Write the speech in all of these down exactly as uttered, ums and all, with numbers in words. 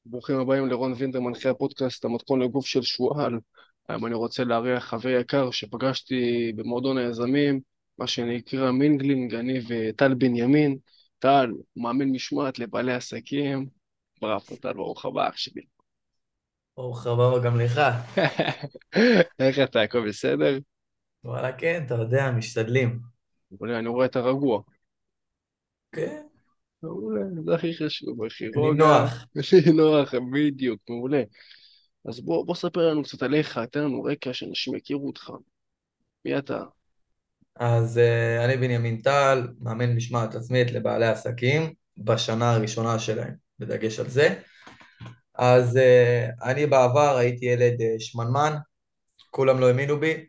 ברוכים הבאים לרון וינדר, מנחה הפודקאסט, המתכון לגוף של שועל. היום אני רוצה לארח חבר יקר שפגשתי במועדון היזמים, מה שנקרא מינגלינג, אני וטל בנימין. טל, הוא מאמן משמעת לבעלי עסקים. ברכות, טל, ברוך הבא, אח שלי. ברוך הבא גם לך. איך אתה, הכל בסדר? וואלה, כן, אתה יודע, משתדלים. מעולה, אני רואה את הרגוע. כן, מעולה, זה הכי חשוב, הכי אני רוגע. נוח. נוח, בדיוק, מעולה. אז בוא, בוא ספר לנו קצת עליך, תן לנו רקע שאנשים יכירו אותך. מי אתה? אז uh, אני בנימין טל, מאמן משמעת עצמית לבעלי עסקים בשנה הראשונה שלהם, בדגש על זה. אז uh, אני בעבר הייתי ילד uh, שמנמן, כולם לא האמינו בי,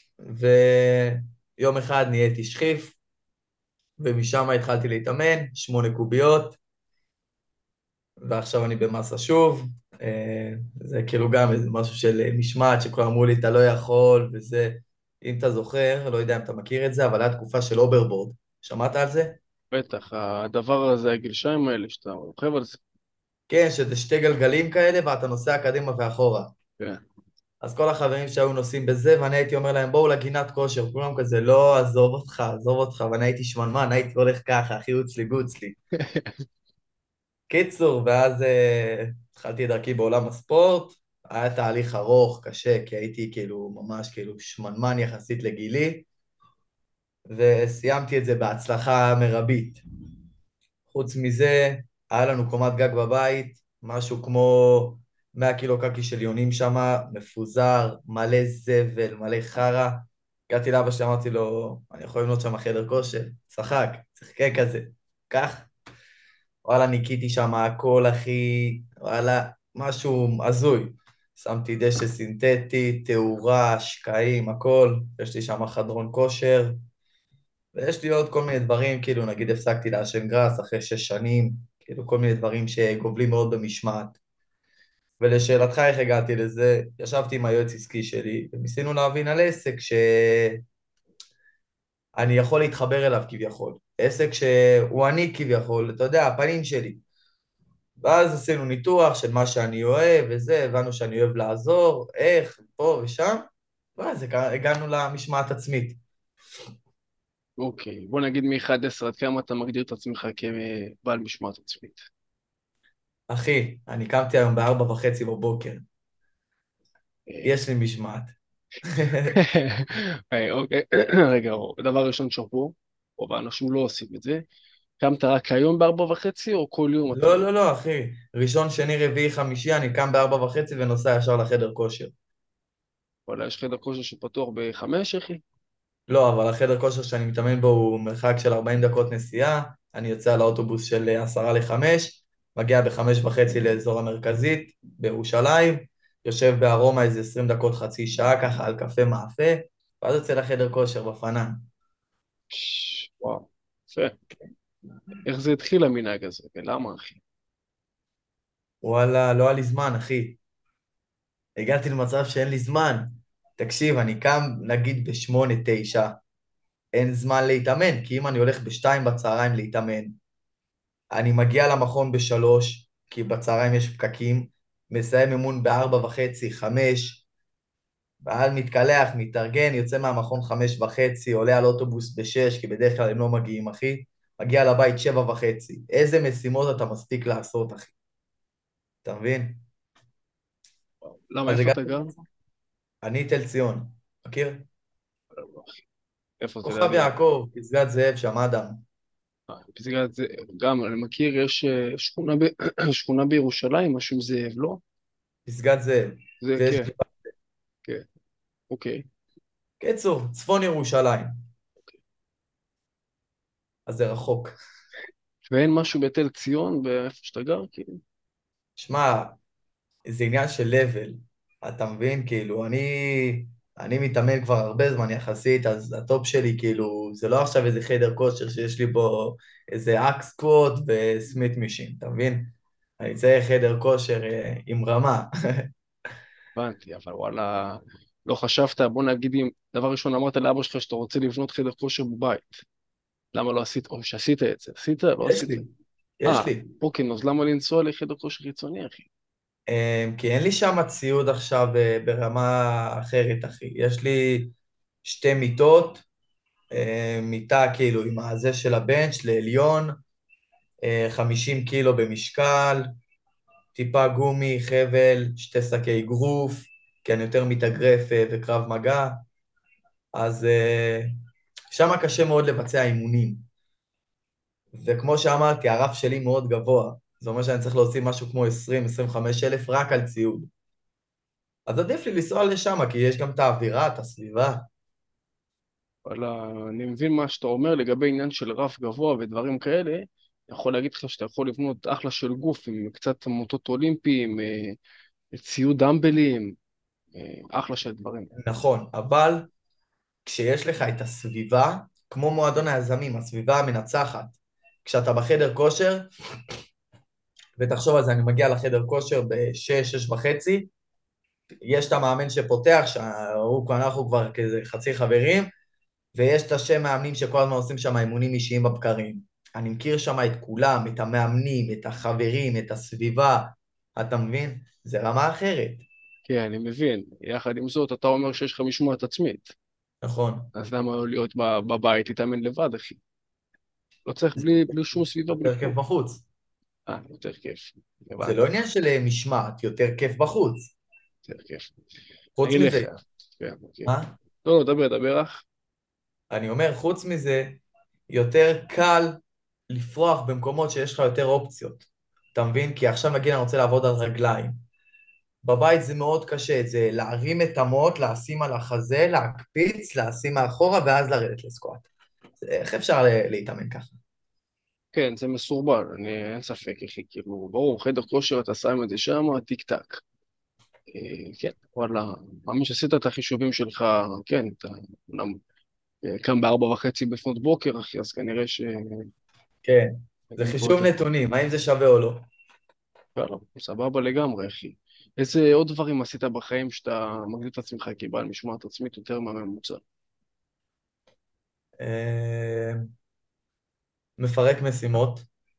ויום אחד נהייתי שכיף, ומשם התחלתי להתאמן, שמונה קוביות, ועכשיו אני במסה שוב. אה, זה כאילו גם איזה משהו של אה, משמעת, שכולם אמרו לי, אתה לא יכול, וזה, אם אתה זוכר, לא יודע אם אתה מכיר את זה, אבל הייתה תקופה של אוברבורד. שמעת על זה? בטח, הדבר הזה, הגלשיים האלה, שאתה רוכב על זה. כן, שזה שתי גלגלים כאלה, ואתה נוסע קדימה ואחורה. כן. אז כל החברים שהיו נוסעים בזה, ואני הייתי אומר להם, בואו לגינת כושר. כולם כזה, לא, עזוב אותך, עזוב אותך, ואני הייתי שמנמן, הייתי הולך ככה, הכי הוצלי גוצלי. קיצור, ואז אה, התחלתי את דרכי בעולם הספורט, היה תהליך ארוך, קשה, כי הייתי כאילו ממש כאילו שמנמן יחסית לגילי, וסיימתי את זה בהצלחה מרבית. חוץ מזה, היה לנו קומת גג בבית, משהו כמו מאה קילו קקי של יונים שם, מפוזר, מלא זבל, מלא חרא. הגעתי לאבא שלי, אמרתי לו, אני יכול לבנות שם חדר כושר? צחק, צחקה כזה. קח. וואלה, ניקיתי שם הכל, אחי, וואלה, משהו הזוי. שמתי דשא סינתטי, תאורה, שקעים, הכל. יש לי שם חדרון כושר, ויש לי עוד כל מיני דברים, כאילו, נגיד הפסקתי לעשן גראס אחרי שש שנים, כאילו, כל מיני דברים שגובלים מאוד במשמעת. ולשאלתך איך הגעתי לזה, ישבתי עם היועץ עסקי שלי, וניסינו להבין על עסק שאני יכול להתחבר אליו כביכול. עסק שהוא אני כביכול, אתה יודע, הפנים שלי. ואז עשינו ניתוח של מה שאני אוהב וזה, הבנו שאני אוהב לעזור, איך, פה ושם, ואז הגע- הגענו למשמעת עצמית. אוקיי, בוא נגיד מ-אחד עד עשר, עד כמה אתה מגדיר את עצמך כבעל משמעת עצמית. אחי, אני קמתי היום בארבע וחצי בבוקר, אה, יש לי משמעת. אה, אוקיי, רגע, דבר ראשון שאפו, רוב האנשים לא עושים את זה. קמת רק היום בארבע וחצי, או כל יום אתה... לא, לא, לא, אחי. ראשון, שני, רביעי, חמישי, אני קם בארבע וחצי ונוסע ישר לחדר כושר. וואלה, יש חדר כושר שפתוח בחמש, אחי? לא, אבל החדר כושר שאני מתאמן בו הוא מרחק של ארבעים דקות נסיעה, אני יוצא על האוטובוס של עשרה לחמש, מגיע בחמש וחצי לאזור המרכזית בירושלים, יושב בארומה איזה עשרים דקות, חצי שעה ככה על קפה מאפה, ואז יוצא לחדר כושר בפנן. ש- וואו, יפה. איך זה התחיל המנהג הזה, ולמה, אחי? וואלה, לא היה לי זמן, אחי. הגעתי למצב שאין לי זמן. תקשיב, אני קם נגיד בשמונה, תשע, אין זמן להתאמן, כי אם אני הולך בשתיים בצהריים להתאמן, אני מגיע למכון בשלוש, כי בצהריים יש פקקים, מסיים אימון בארבע וחצי, חמש, ואז מתקלח, מתארגן, יוצא מהמכון חמש וחצי, עולה על אוטובוס בשש, כי בדרך כלל הם לא מגיעים, אחי, מגיע לבית שבע וחצי. איזה משימות אתה מספיק לעשות, אחי? אתה מבין? וואו, למה, אז איפה אתה הגעתי, גר? אני תל ציון, מכיר? לא, אחי. איפה זה כוכב ליד יעקב? יעקב, פסגת זאב, שם אדם. אה, פסגת זה, גם אני מכיר, יש אה, שכונה, ב... שכונה בירושלים, משהו עם זאב, לא? פסגת זאב. זה ויש... כן, כן, אוקיי. קיצור, צפון ירושלים, אז זה רחוק. ואין משהו בתל ציון, באיפה שאתה גר, כאילו? שמע, זה עניין של לבל, אתה מבין? כאילו, אני, אני מתאמן כבר הרבה זמן יחסית, אז הטופ שלי, כאילו, זה לא עכשיו איזה חדר כושר שיש לי בו איזה אקס קוואט וסמית מישין, אתה מבין? אני צריך חדר כושר אה, עם רמה. הבנתי, אבל וואלה, לא חשבת, בוא נגיד, אם דבר ראשון אמרת לאבא שלך שאתה רוצה לבנות חדר כושר בבית, למה לא עשית, או שעשית את זה, עשית? לא יש עשית? לי, יש אה, לי. אוקיי, אז למה לנסוע לחדר כושר חיצוני, אחי? אמ, כי אין לי שם ציוד עכשיו אה, ברמה אחרת, אחי. יש לי שתי מיטות, אה, מיטה כאילו עם הזה של הבנץ' לעליון, אה, חמישים קילו במשקל, טיפה גומי, חבל, שתי שקי אגרוף, כי אני יותר מתאגרף אה, וקרב מגע, אז אה, שם קשה מאוד לבצע אימונים. וכמו שאמרתי, הרף שלי מאוד גבוה. זה אומר שאני צריך להוציא משהו כמו עשרים עשרים וחמש אלף רק על ציוד. אז עדיף לי לנסוע לשם, כי יש גם את האווירה, את הסביבה. אבל אני מבין מה שאתה אומר לגבי עניין של רף גבוה ודברים כאלה. אני יכול להגיד לך שאתה יכול לבנות אחלה של גוף עם קצת מוטות אולימפיים, אה, ציוד דמבלים, אה, אחלה של דברים. נכון, אבל כשיש לך את הסביבה, כמו מועדון היזמים, הסביבה המנצחת, כשאתה בחדר כושר, ותחשוב על זה, אני מגיע לחדר כושר בשש, שש וחצי, יש את המאמן שפותח, שהוא, אנחנו כבר כזה חצי חברים, ויש את השם מאמנים שכל הזמן עושים שם אימונים אישיים בבקרים. אני מכיר שם את כולם, את המאמנים, את החברים, את הסביבה, אתה מבין? זה רמה אחרת. כן, אני מבין. יחד עם זאת, אתה אומר שיש לך משמעת עצמית. נכון. אז למה לא להיות ב- בבית, להתאמן לבד, אחי? לא צריך זה בלי, בלי שום סביבה, בלי יותר כיף כלום. בחוץ. אה, יותר כיף. זה הבנתי, לא עניין של אה, משמעת, יותר כיף בחוץ. יותר כיף. אני חוץ אגיד לך, מזה, כן, כן. מה? לא, לא, דבר, דבר אח. אני אומר, חוץ מזה, יותר קל לפרוח במקומות שיש לך יותר אופציות. אתה מבין? כי עכשיו נגיד אני רוצה לעבוד על רגליים. בבית זה מאוד קשה, זה להרים את המוט, לשים על החזה, להקפיץ, לשים מאחורה ואז לרדת לסקואט. זה- איך אפשר ל- להתאמן ככה? כן, זה מסורבל, אני, אין ספק, אחי. כאילו, ברור, חדר כושר, אתה שם את זה שם, טיק טק. אה, כן, וואלה, מאמין שעשית את החישובים שלך, כן, אתה אומנם אה, קם בארבע וחצי לפנות בוקר, אחי, אז כנראה ש... כן, זה תגיד בו חישוב יותר. נתונים, האם זה שווה או לא. יאללה, סבבה לגמרי, אחי. איזה עוד דברים עשית בחיים שאתה מגדיר את עצמך כבעל משמעת עצמית יותר מהממוצע? אה, מפרק משימות,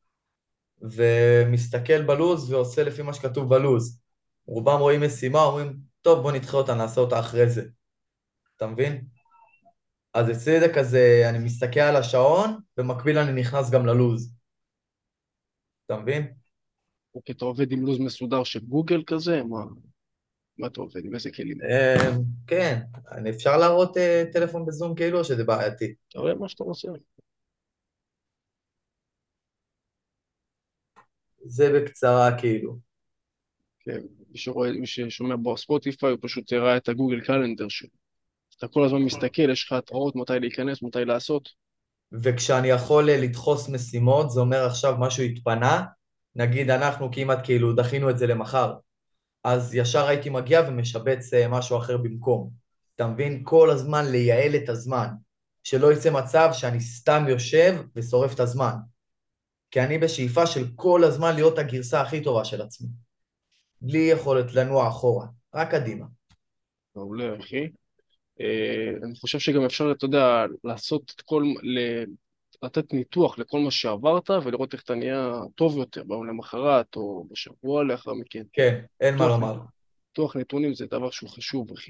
ומסתכל בלוז ועושה לפי מה שכתוב בלוז. רובם רואים משימה, אומרים, טוב, בוא נדחה אותה, נעשה אותה אחרי זה. אתה מבין? אז אצלי זה כזה, אני מסתכל על השעון, במקביל אני נכנס גם ללוז. אתה מבין? אוקיי, אתה עובד עם לו"ז מסודר של גוגל כזה? מה, מה אתה עובד? עם איזה כלים? אה, כן, אני- אפשר להראות אה, טלפון בזום כאילו, או שזה בעייתי? אתה רואה מה שאתה רוצה. זה בקצרה כאילו. כן, מי שרואה, מי ששומע בספוטיפיי, הוא פשוט ראה את הגוגל קלנדר שלו. אתה כל הזמן מסתכל, יש לך התראות מתי להיכנס, מתי לעשות. וכשאני יכול אה, לדחוס משימות, זה אומר עכשיו משהו התפנה, נגיד אנחנו כמעט כאילו דחינו את זה למחר, אז ישר הייתי מגיע ומשבץ אה, משהו אחר במקום. אתה מבין? כל הזמן לייעל את הזמן, שלא יצא מצב שאני סתם יושב ושורף את הזמן. כי אני בשאיפה של כל הזמן להיות הגרסה הכי טובה של עצמי, בלי יכולת לנוע אחורה, רק קדימה. מעולה, אחי. אה, אני חושב שגם אפשר, אתה יודע, לעשות את כל, ל- לתת ניתוח לכל מה שעברת ולראות איך אתה נהיה טוב יותר ביום למחרת או בשבוע לאחר מכן. כן, אין מה ניתוח, לומר. ניתוח נתונים זה דבר שהוא חשוב, אחי.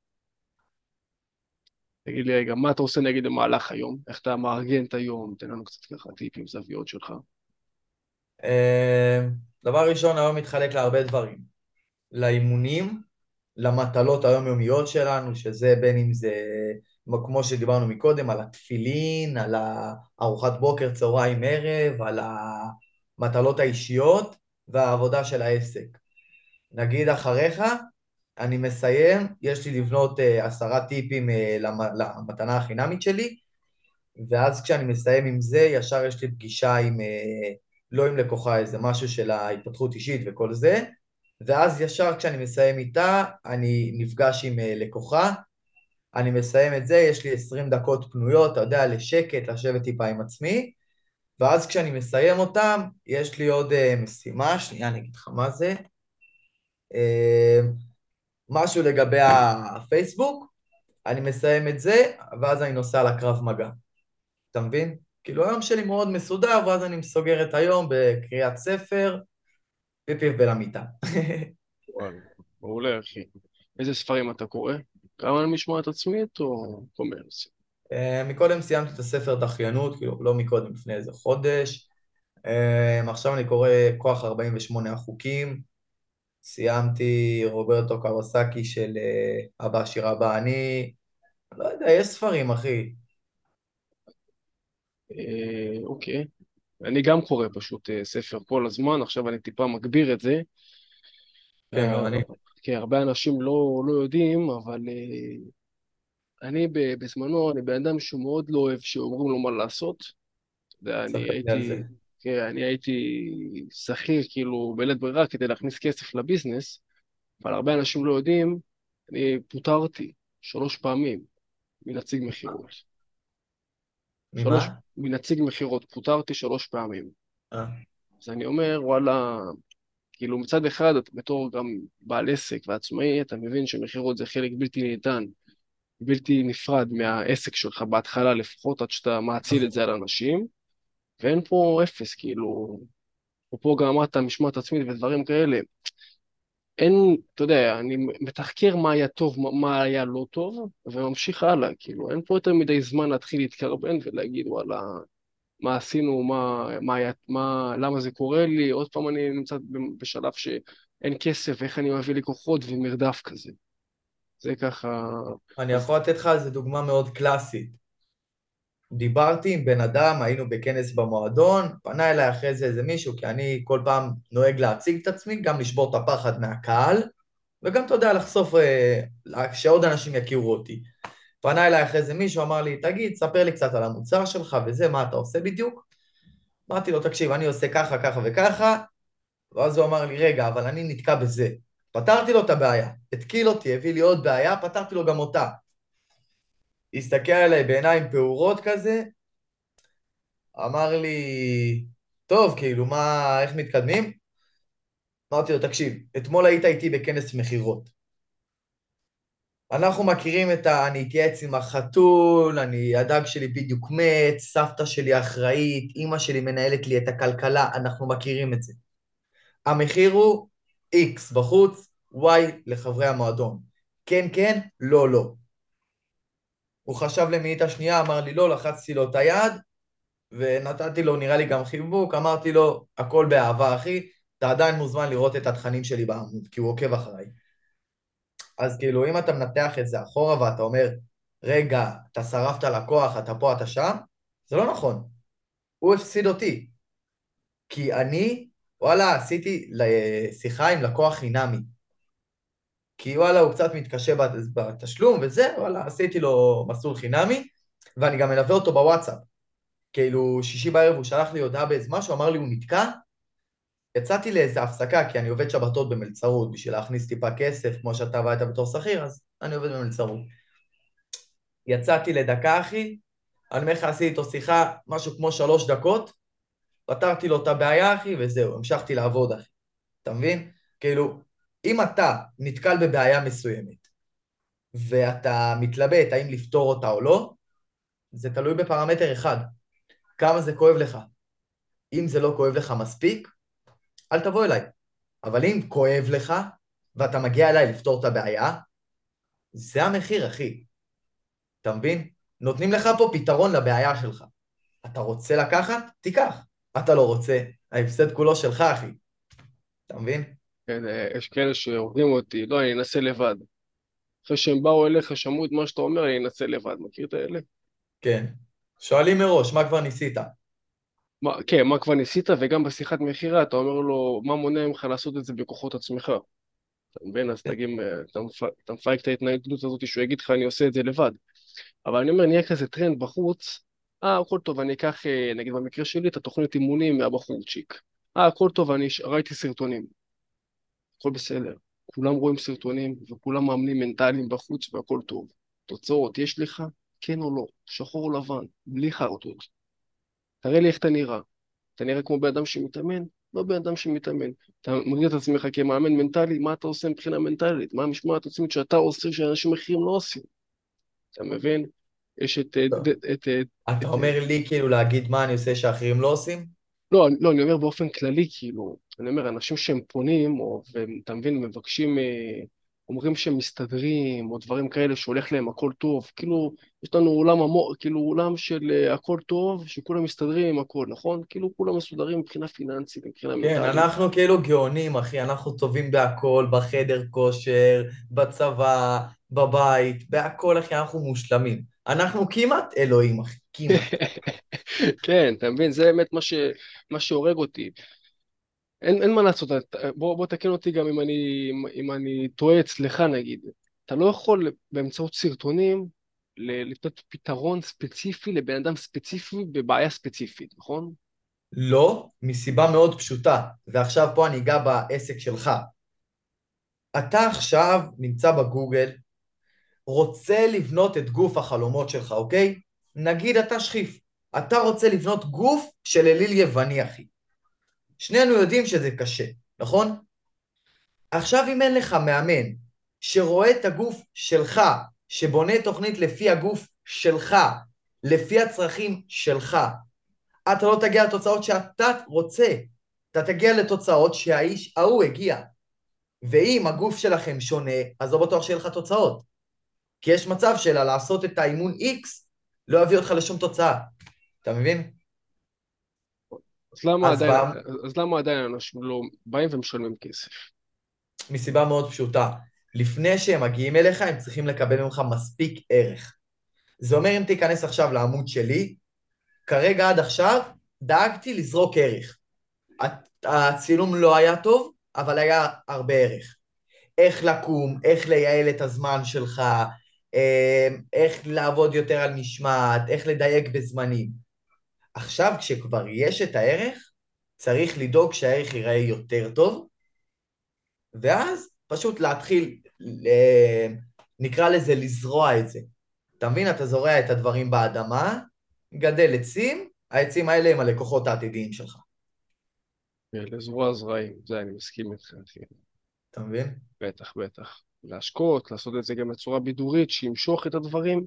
תגיד לי רגע, מה אתה עושה נגיד במהלך היום? איך אתה מארגן את היום? תן לנו קצת ככה טיפים, זוויות שלך. אה, דבר ראשון, היום מתחלק להרבה דברים. לאימונים, למטלות היומיומיות שלנו, שזה בין אם זה, כמו שדיברנו מקודם, על התפילין, על ארוחת בוקר, צהריים, ערב, על המטלות האישיות והעבודה של העסק. נגיד אחריך, אני מסיים, יש לי לבנות אה, עשרה טיפים אה, למ- למתנה החינמית שלי, ואז כשאני מסיים עם זה, ישר יש לי פגישה עם, אה, לא עם לקוחה, איזה משהו של ההתפתחות אישית וכל זה, ואז ישר כשאני מסיים איתה, אני נפגש עם אה, לקוחה, אני מסיים את זה, יש לי עשרים דקות פנויות, אתה יודע, לשקט, לשבת טיפה עם עצמי, ואז כשאני מסיים אותם, יש לי עוד אה, משימה, שנייה, אני אגיד לך מה זה, אה, משהו לגבי הפייסבוק, אני מסיים את זה, ואז אני נוסע לקרב מגע. אתה מבין? כאילו היום שלי מאוד מסודר, ואז אני סוגר את היום בקריאת ספר, פיפי ולמיטה. וואלה, מעולה, אחי. איזה ספרים אתה קורא? גם על משמעת עצמית או קומרס? אה, מקודם סיימתי את הספר דחיינות, כאילו לא מקודם, לפני איזה חודש. אה, עכשיו אני קורא כוח ארבעים ושמונה החוקים. סיימתי רוברטו קווסקי של אה, אבא עשיר אבא אני. לא יודע, יש ספרים, אחי. אה, אוקיי. אני גם קורא פשוט אה, ספר כל הזמן, עכשיו אני טיפה מגביר את זה. כן, אה, גם אני. כי הרבה אנשים לא, לא יודעים, אבל אה, אני ב- בזמנו, אני בן אדם שהוא מאוד לא אוהב שאומרים לו מה לעשות. אתה יודע, אני ספר לי על זה. הייתי, כן, אני הייתי שכיר כאילו בלית ברירה כדי להכניס כסף לביזנס, אבל הרבה אנשים לא יודעים, אני פוטרתי שלוש פעמים מנציג מכירות. שלוש, ממה? מנציג מכירות, פוטרתי שלוש פעמים. אה, אז אני אומר, וואלה, כאילו מצד אחד, אתה בתור גם בעל עסק ועצמאי, אתה מבין שמכירות זה חלק בלתי ניתן, בלתי נפרד מהעסק שלך בהתחלה לפחות, עד שאתה מאציל את נכון. זה על אנשים, ואין פה אפס, כאילו, ופה גם אמרת משמעת עצמית ודברים כאלה. אין, אתה יודע, אני מתחקר מה היה טוב, מה מה היה לא טוב, וממשיך הלאה, כאילו, אין פה יותר מדי זמן להתחיל להתקרבן ולהגיד, וואלה, מה עשינו, מה, מה היה, מה, למה זה קורה לי, עוד פעם אני נמצא בשלב שאין כסף, איך אני מביא לקוחות ומרדף כזה. זה ככה, אני אז יכול לתת לך איזה דוגמה מאוד קלאסית. דיברתי עם בן אדם, היינו בכנס במועדון, פנה אליי אחרי זה איזה מישהו, כי אני כל פעם נוהג להציג את עצמי, גם לשבור את הפחד מהקהל, וגם, אתה יודע, לחשוף, אה, שעוד אנשים יכירו אותי. פנה אליי אחרי זה מישהו, אמר לי, תגיד, ספר לי קצת על המוצר שלך וזה, מה אתה עושה בדיוק? אמרתי לו, תקשיב, אני עושה ככה, ככה וככה, ואז הוא אמר לי, רגע, אבל אני נתקע בזה. פתרתי לו את הבעיה, התקיל אותי, הביא לי עוד בעיה, פתרתי לו גם אותה. הסתכל עליי בעיניים פעורות כזה, אמר לי, טוב, כאילו, מה, איך מתקדמים? אמרתי לו, תקשיב, אתמול היית איתי בכנס מכירות. אנחנו מכירים את ה... אני אתייעץ עם החתול, אני, הדג שלי בדיוק מת, סבתא שלי אחראית, אימא שלי מנהלת לי את הכלכלה, אנחנו מכירים את זה. המחיר הוא X בחוץ, Y לחברי המועדון. כן, כן, לא, לא. הוא חשב למאית השנייה, אמר לי לא, לחצתי לו את היד, ונתתי לו נראה לי גם חיבוק, אמרתי לו, הכל באהבה אחי, אתה עדיין מוזמן לראות את התכנים שלי בעמוד, כי הוא עוקב אחריי. אז כאילו, אם אתה מנתח את זה אחורה ואתה אומר, רגע, אתה שרפת לקוח, אתה פה, אתה שם, זה לא נכון. הוא הפסיד אותי. כי אני, וואלה, עשיתי שיחה עם לקוח חינמי. כי וואלה, הוא קצת מתקשה בת- בתשלום וזה, וואלה, עשיתי לו מסלול חינמי, ואני גם מלווה אותו בוואטסאפ. כאילו, שישי בערב הוא שלח לי הודעה באיזה משהו, אמר לי, הוא נתקע, יצאתי לאיזה הפסקה, כי אני עובד שבתות במלצרות, בשביל להכניס טיפה כסף, כמו שאתה עבדת בתור שכיר, אז אני עובד במלצרות. יצאתי לדקה, אחי, אני אומר לך, עשיתי איתו שיחה, משהו כמו שלוש דקות, פתרתי לו את הבעיה, אחי, וזהו, המשכתי לעבוד, אחי. אתה מבין? כאילו, אם אתה נתקל בבעיה מסוימת, ואתה מתלבט האם לפתור אותה או לא, זה תלוי בפרמטר אחד, כמה זה כואב לך. אם זה לא כואב לך מספיק, אל תבוא אליי. אבל אם כואב לך, ואתה מגיע אליי לפתור את הבעיה, זה המחיר, אחי. אתה מבין? נותנים לך פה פתרון לבעיה שלך. אתה רוצה לקחת? תיקח. אתה לא רוצה, ההפסד כולו שלך, אחי. אתה מבין? כן, אה, יש כאלה שעובדים אותי, לא, אני אנסה לבד. אחרי שהם באו אליך, שמעו את מה שאתה אומר, אני אנסה לבד. מכיר את האלה? כן. שואלים מראש, מה כבר ניסית? מה, כן, מה כבר ניסית, וגם בשיחת מכירה אתה אומר לו, מה מונע ממך לעשות את זה בכוחות עצמך? אתה מבין? אז כן. תגיד, אה, אתה מפ- אתה מפרק את ההתנגדות הזאת שהוא יגיד לך, אני עושה את זה לבד. אבל אני אומר, נהיה כזה טרנד בחוץ, אה, הכל טוב, אני אקח, אה, נגיד במקרה שלי, את התוכנית אימונים מהבחורצ'יק. אה, הכל טוב, אני ש- ראיתי סרטונים, הכל בסדר. כולם רואים סרטונים, וכולם מאמנים מנטליים בחוץ, והכל טוב. תוצאות יש לך? כן או לא? שחור או לבן, בלי חרטות. תראה לי איך אתה נראה. אתה נראה כמו בן אדם שמתאמן? לא בן אדם שמתאמן. אתה מגדיר את עצמך כמאמן מנטלי, מה אתה עושה מבחינה מנטלית? מה המשמעת עצמית שאתה עושה שאנשים אחרים לא עושים? אתה מבין? יש את... טוב. את, את, את, אתה את אומר לי כאילו להגיד מה אני עושה שאחרים לא עושים? לא, אני- לא, אני אומר באופן כללי, כאילו, אני אומר, אנשים שהם פונים, או, ואתה מבין, מבקשים, אה, אומרים שהם מסתדרים, או דברים כאלה, שהולך להם הכל טוב, כאילו, יש לנו עולם עמוק, כאילו, עולם של אה, הכל טוב, שכולם מסתדרים עם הכל, נכון? כאילו, כולם מסודרים מבחינה פיננסית, מבחינה כן, מנטלית. אנחנו כאילו גאונים, אחי, אנחנו טובים בהכל, בחדר כושר, בצבא, בבית, בהכל, אחי, אנחנו מושלמים. אנחנו כמעט אלוהים, אחי, כמעט. כן, אתה מבין, זה באמת מה ש, מה שהורג אותי. אין, אין מה לעשות, אתה- בוא, בוא תקן אותי גם אם אני, אם אני טועה אצלך נגיד. אתה לא יכול באמצעות סרטונים ל- לתת פתרון ספציפי לבן אדם ספציפי בבעיה ספציפית, נכון? לא, מסיבה מאוד פשוטה, ועכשיו פה אני אגע בעסק שלך. אתה עכשיו נמצא בגוגל, רוצה לבנות את גוף החלומות שלך, אוקיי? נגיד אתה שכיף, אתה רוצה לבנות גוף של אליל יווני, אחי. שנינו יודעים שזה קשה, נכון? עכשיו אם אין לך מאמן שרואה את הגוף שלך, שבונה תוכנית לפי הגוף שלך, לפי הצרכים שלך, אתה לא תגיע לתוצאות שאתה רוצה, אתה תגיע לתוצאות שהאיש ההוא הגיע. ואם הגוף שלכם שונה, אז לא בטוח שיהיה לך תוצאות. כי יש מצב של לעשות את האימון X לא יביא אותך לשום תוצאה. אתה מבין? אז למה אז עדיין, בא אז למה עדיין אנשים לא באים ומשלמים כסף? מסיבה מאוד פשוטה. לפני שהם מגיעים אליך, הם צריכים לקבל ממך מספיק ערך. זה אומר אם תיכנס עכשיו לעמוד שלי, כרגע עד עכשיו דאגתי לזרוק ערך. הצילום לא היה טוב, אבל היה הרבה ערך. איך לקום, איך לייעל את הזמן שלך, אה, איך לעבוד יותר על משמעת, איך לדייק בזמנים. עכשיו, כשכבר יש את הערך, צריך לדאוג שהערך ייראה יותר טוב, ואז פשוט להתחיל, אה, נקרא לזה לזרוע את זה. אתה מבין? אתה זורע את הדברים באדמה, גדל עצים, העצים האלה הם הלקוחות העתידיים שלך. לזרוע זרעים, זה אני מסכים איתך, אחי. אתה מבין? בטח, בטח. להשקות, לעשות את זה גם בצורה בידורית, שימשוך את הדברים,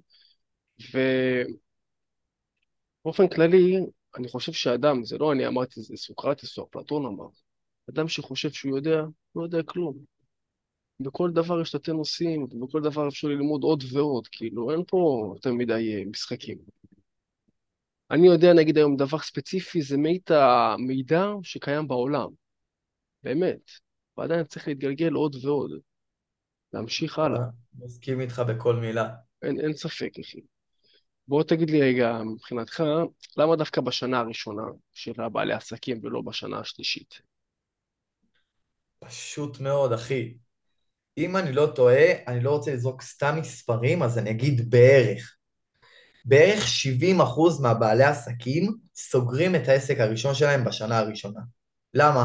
ובאופן כללי, אני חושב שאדם, זה לא אני אמרתי, זה סוקרטס או אפלטון אמר, אדם שחושב שהוא יודע, לא יודע כלום. בכל דבר יש תתי נושאים, ובכל דבר אפשר ללמוד עוד ועוד, כאילו, אין פה יותר מדי אה, משחקים. אני יודע, נגיד היום, דבר ספציפי, זה מאית המידע שקיים בעולם, באמת. ועדיין צריך להתגלגל עוד ועוד, להמשיך הלאה. וואלה, מסכים איתך בכל מילה. אין, אין ספק, אחי. בוא תגיד לי רגע, מבחינתך, למה דווקא בשנה הראשונה של הבעלי עסקים ולא בשנה השלישית? פשוט מאוד, אחי. אם אני לא טועה, אני לא רוצה לזרוק סתם מספרים, אז אני אגיד בערך. בערך שבעים אחוז מהבעלי עסקים סוגרים את העסק הראשון שלהם בשנה הראשונה. למה?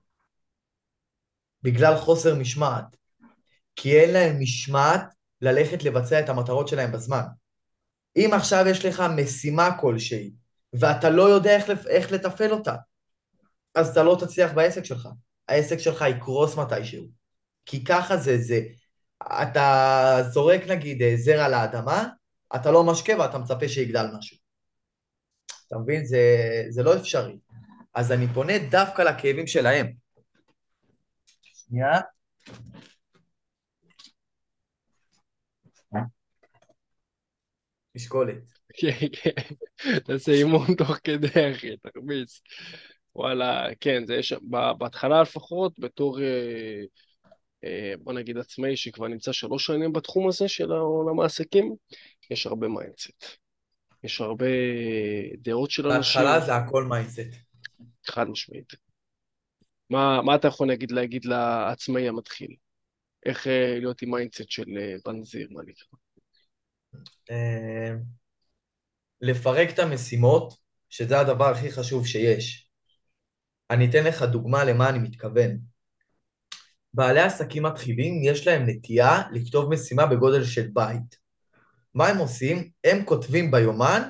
בגלל חוסר משמעת. כי אין להם משמעת ללכת לבצע את המטרות שלהם בזמן. אם עכשיו יש לך משימה כלשהי, ואתה לא יודע איך, לפ- איך לתפעל אותה, אז אתה לא תצליח בעסק שלך. העסק שלך יקרוס מתישהו. כי ככה זה, זה, אתה זורק נגיד אה, זרע לאדמה, אתה לא משקה ואתה מצפה שיגדל משהו. אתה מבין? זה, זה לא אפשרי. אז אני פונה דווקא לכאבים שלהם. שנייה. משקולת. כן, כן, תעשה אימון תוך כדי, אחי, תרביץ. וואלה, כן, זה יש, ב- בהתחלה לפחות, בתור, אה, אה, בוא נגיד עצמאי שכבר נמצא שלוש שנים בתחום הזה של העולם העסקים, יש הרבה מיינדסט. יש הרבה דעות של בהתחלה אנשים, זה הכל מיינדסט. חד משמעית. מה, מה אתה יכול להגיד, להגיד לעצמאי המתחיל? איך אה, להיות עם מיינדסט של אה, בנזיר, מה נקרא? אה, לפרק את המשימות, שזה הדבר הכי חשוב שיש. אני אתן לך דוגמה למה אני מתכוון. בעלי עסקים מתחילים, יש להם נטייה לכתוב משימה בגודל של בית. מה הם עושים? הם כותבים ביומן,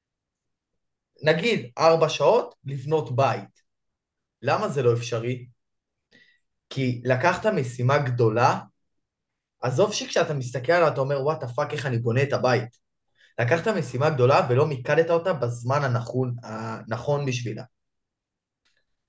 נגיד ארבע שעות, לבנות בית. למה זה לא אפשרי? כי לקחת משימה גדולה, עזוב שכשאתה מסתכל עליה אתה אומר, וואט הפאק, איך אני בונה את הבית. לקחת משימה גדולה ולא מיקדת אותה בזמן הנכון, הנכון בשבילה.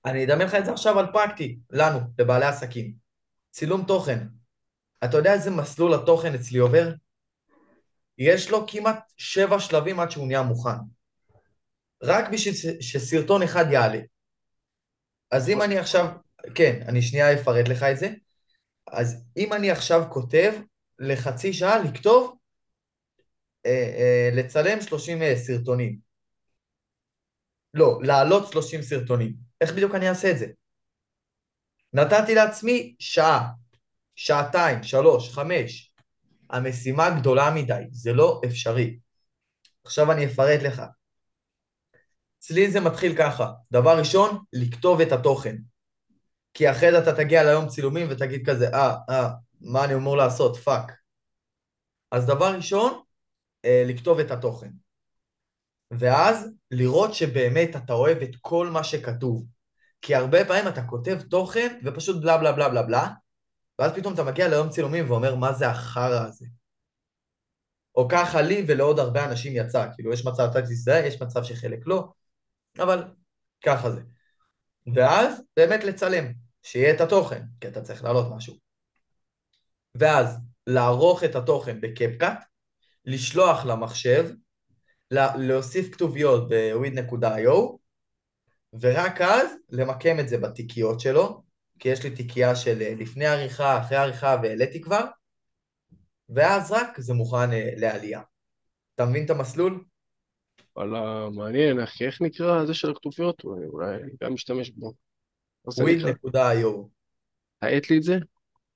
אני אדמיין לך את זה עכשיו על פרקטי, לנו, לבעלי עסקים. צילום תוכן. אתה יודע איזה מסלול התוכן אצלי עובר? יש לו כמעט שבע שלבים עד שהוא נהיה מוכן. רק בשביל ש- שסרטון אחד יעלה. אז אם אני עכשיו, כן, אני שנייה אפרט לך את זה. אז אם אני עכשיו כותב לחצי שעה לכתוב, אה, אה, לצלם שלושים אה, סרטונים. לא, להעלות שלושים סרטונים. איך בדיוק אני אעשה את זה? נתתי לעצמי שעה, שעתיים, שלוש, חמש. המשימה גדולה מדי, זה לא אפשרי. עכשיו אני אפרט לך. אצלי זה מתחיל ככה. דבר ראשון, לכתוב את התוכן. כי אחרי זה אתה תגיע ליום צילומים ותגיד כזה, אה, אה, מה אני אמור לעשות? פאק. אז דבר ראשון, אה, לכתוב את התוכן. ואז לראות שבאמת אתה אוהב את כל מה שכתוב. כי הרבה פעמים אתה כותב תוכן ופשוט בלה בלה בלה בלה בלה, ואז פתאום אתה מגיע ליום צילומים ואומר, מה זה החרא הזה? או ככה לי ולעוד הרבה אנשים יצא. כאילו, יש מצב אתה תזדהה, יש מצב שחלק לא, אבל ככה זה. ואז באמת לצלם, שיהיה את התוכן, כי אתה צריך להעלות משהו. ואז לערוך את התוכן בקפקט, לשלוח למחשב, להוסיף כתוביות ב-וויד נקודה איי או, ורק אז למקם את זה בתיקיות שלו, כי יש לי תיקייה של אה, לפני עריכה, אחרי עריכה, והעליתי כבר, ואז רק זה מוכן אה, לעלייה. אתה מבין את המסלול? וואלה, מעניין, אחי, איך נקרא זה של הכתוביות? אולי אולי גם משתמש בו. איך זה וויד נקרא? נקודה איי או. העט לי את זה?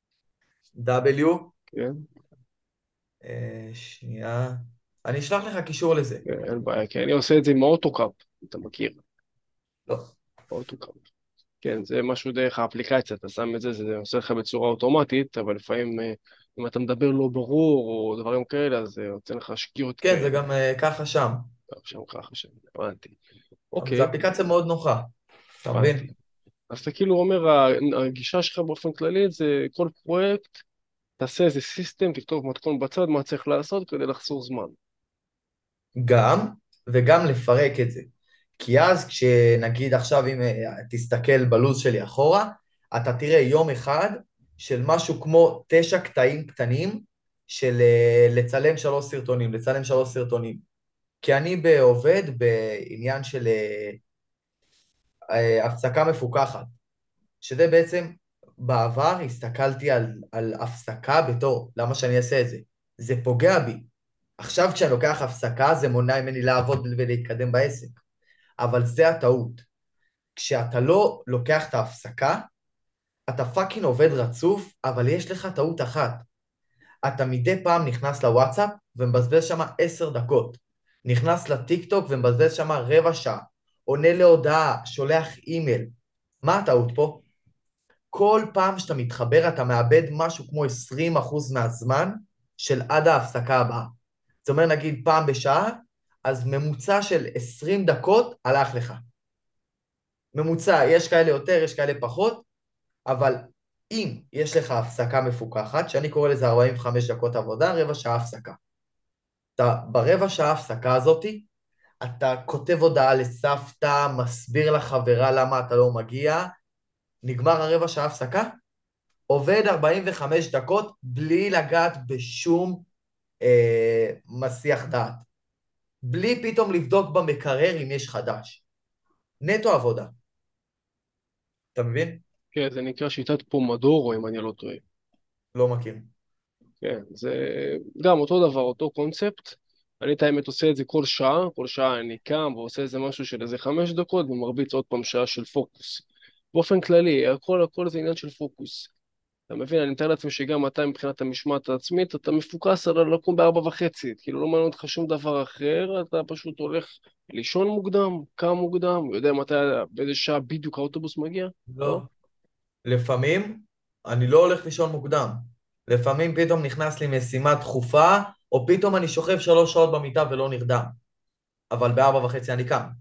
W, כן, אה, שנייה, אני אשלח לך קישור לזה. כן, אין בעיה, כי אני עושה את זה עם האוטוקאפ, אתה מכיר, לא. האוטוקאפ. כן, זה משהו דרך האפליקציה, אתה שם את זה, זה עושה לך בצורה אוטומטית, אבל לפעמים אה, אם אתה מדבר לא ברור או דברים כאלה, אז זה יוצא לך שגיאות כן, זה כאלה. גם אה, ככה שם. טוב, שם ככה, שם, הבנתי. אבל זו אוקיי, אפליקציה מאוד נוחה, אתה הבנתי. מבין? אז אתה כאילו אומר, ה- הגישה שלך באופן כללי זה כל פרויקט, תעשה איזה סיסטם, תכתוב מתכון בצד, מה צריך לעשות כדי לחסוך זמן. גם, וגם לפרק את זה. כי אז כשנגיד עכשיו, אם אה, תסתכל בלו"ז שלי אחורה, אתה תראה יום אחד של משהו כמו תשע קטעים קטנים של אה, לצלם שלוש סרטונים, לצלם שלוש סרטונים. כי אני עובד בעניין של אה, אה, הפסקה מפוקחת, שזה בעצם, בעבר הסתכלתי על, על הפסקה בתור, למה שאני אעשה את זה? זה פוגע בי. עכשיו כשאני לוקח הפסקה זה מונע ממני לעבוד ולהתקדם בעסק. אבל זה הטעות. כשאתה לא לוקח את ההפסקה, אתה פאקינג עובד רצוף, אבל יש לך טעות אחת. אתה מדי פעם נכנס לוואטסאפ ומבזבז שם עשר דקות. נכנס לטיק טוק ומבזבז שם רבע שעה. עונה להודעה, שולח אימייל. מה הטעות פה? כל פעם שאתה מתחבר אתה מאבד משהו כמו עשרים אחוז מהזמן של עד ההפסקה הבאה. זאת אומרת, נגיד פעם בשעה, אז ממוצע של עשרים דקות הלך לך. ממוצע, יש כאלה יותר, יש כאלה פחות, אבל אם יש לך הפסקה מפוקחת, שאני קורא לזה ארבעים וחמש דקות עבודה, רבע שעה הפסקה. אתה, ברבע שעה הפסקה הזאת, אתה כותב הודעה לסבתא, מסביר לחברה למה אתה לא מגיע, נגמר הרבע שעה הפסקה, עובד ארבעים וחמש דקות בלי לגעת בשום אה, מסיח דעת. בלי פתאום לבדוק במקרר אם יש חדש. נטו עבודה. אתה מבין? כן, זה נקרא שיטת פומדורו, אם אני לא טועה. לא מכיר. כן, זה גם אותו דבר, אותו קונספט. אני את האמת עושה את זה כל שעה, כל שעה אני קם ועושה איזה משהו של איזה חמש דקות ומרביץ עוד פעם שעה של פוקוס. באופן כללי, הכל הכל זה עניין של פוקוס. אתה מבין, אני מתאר לעצמי שגם אתה מבחינת המשמעת העצמית, אתה מפוקס על לקום בארבע וחצי, כאילו לא מעניין אותך שום דבר אחר, אתה פשוט הולך לישון מוקדם, קם מוקדם, יודע מתי, באיזה שעה בדיוק האוטובוס מגיע, לא? לא. לפעמים אני לא הולך לישון מוקדם. לפעמים פתאום נכנס לי משימה דחופה, או פתאום אני שוכב שלוש שעות במיטה ולא נרדם. אבל בארבע וחצי אני קם.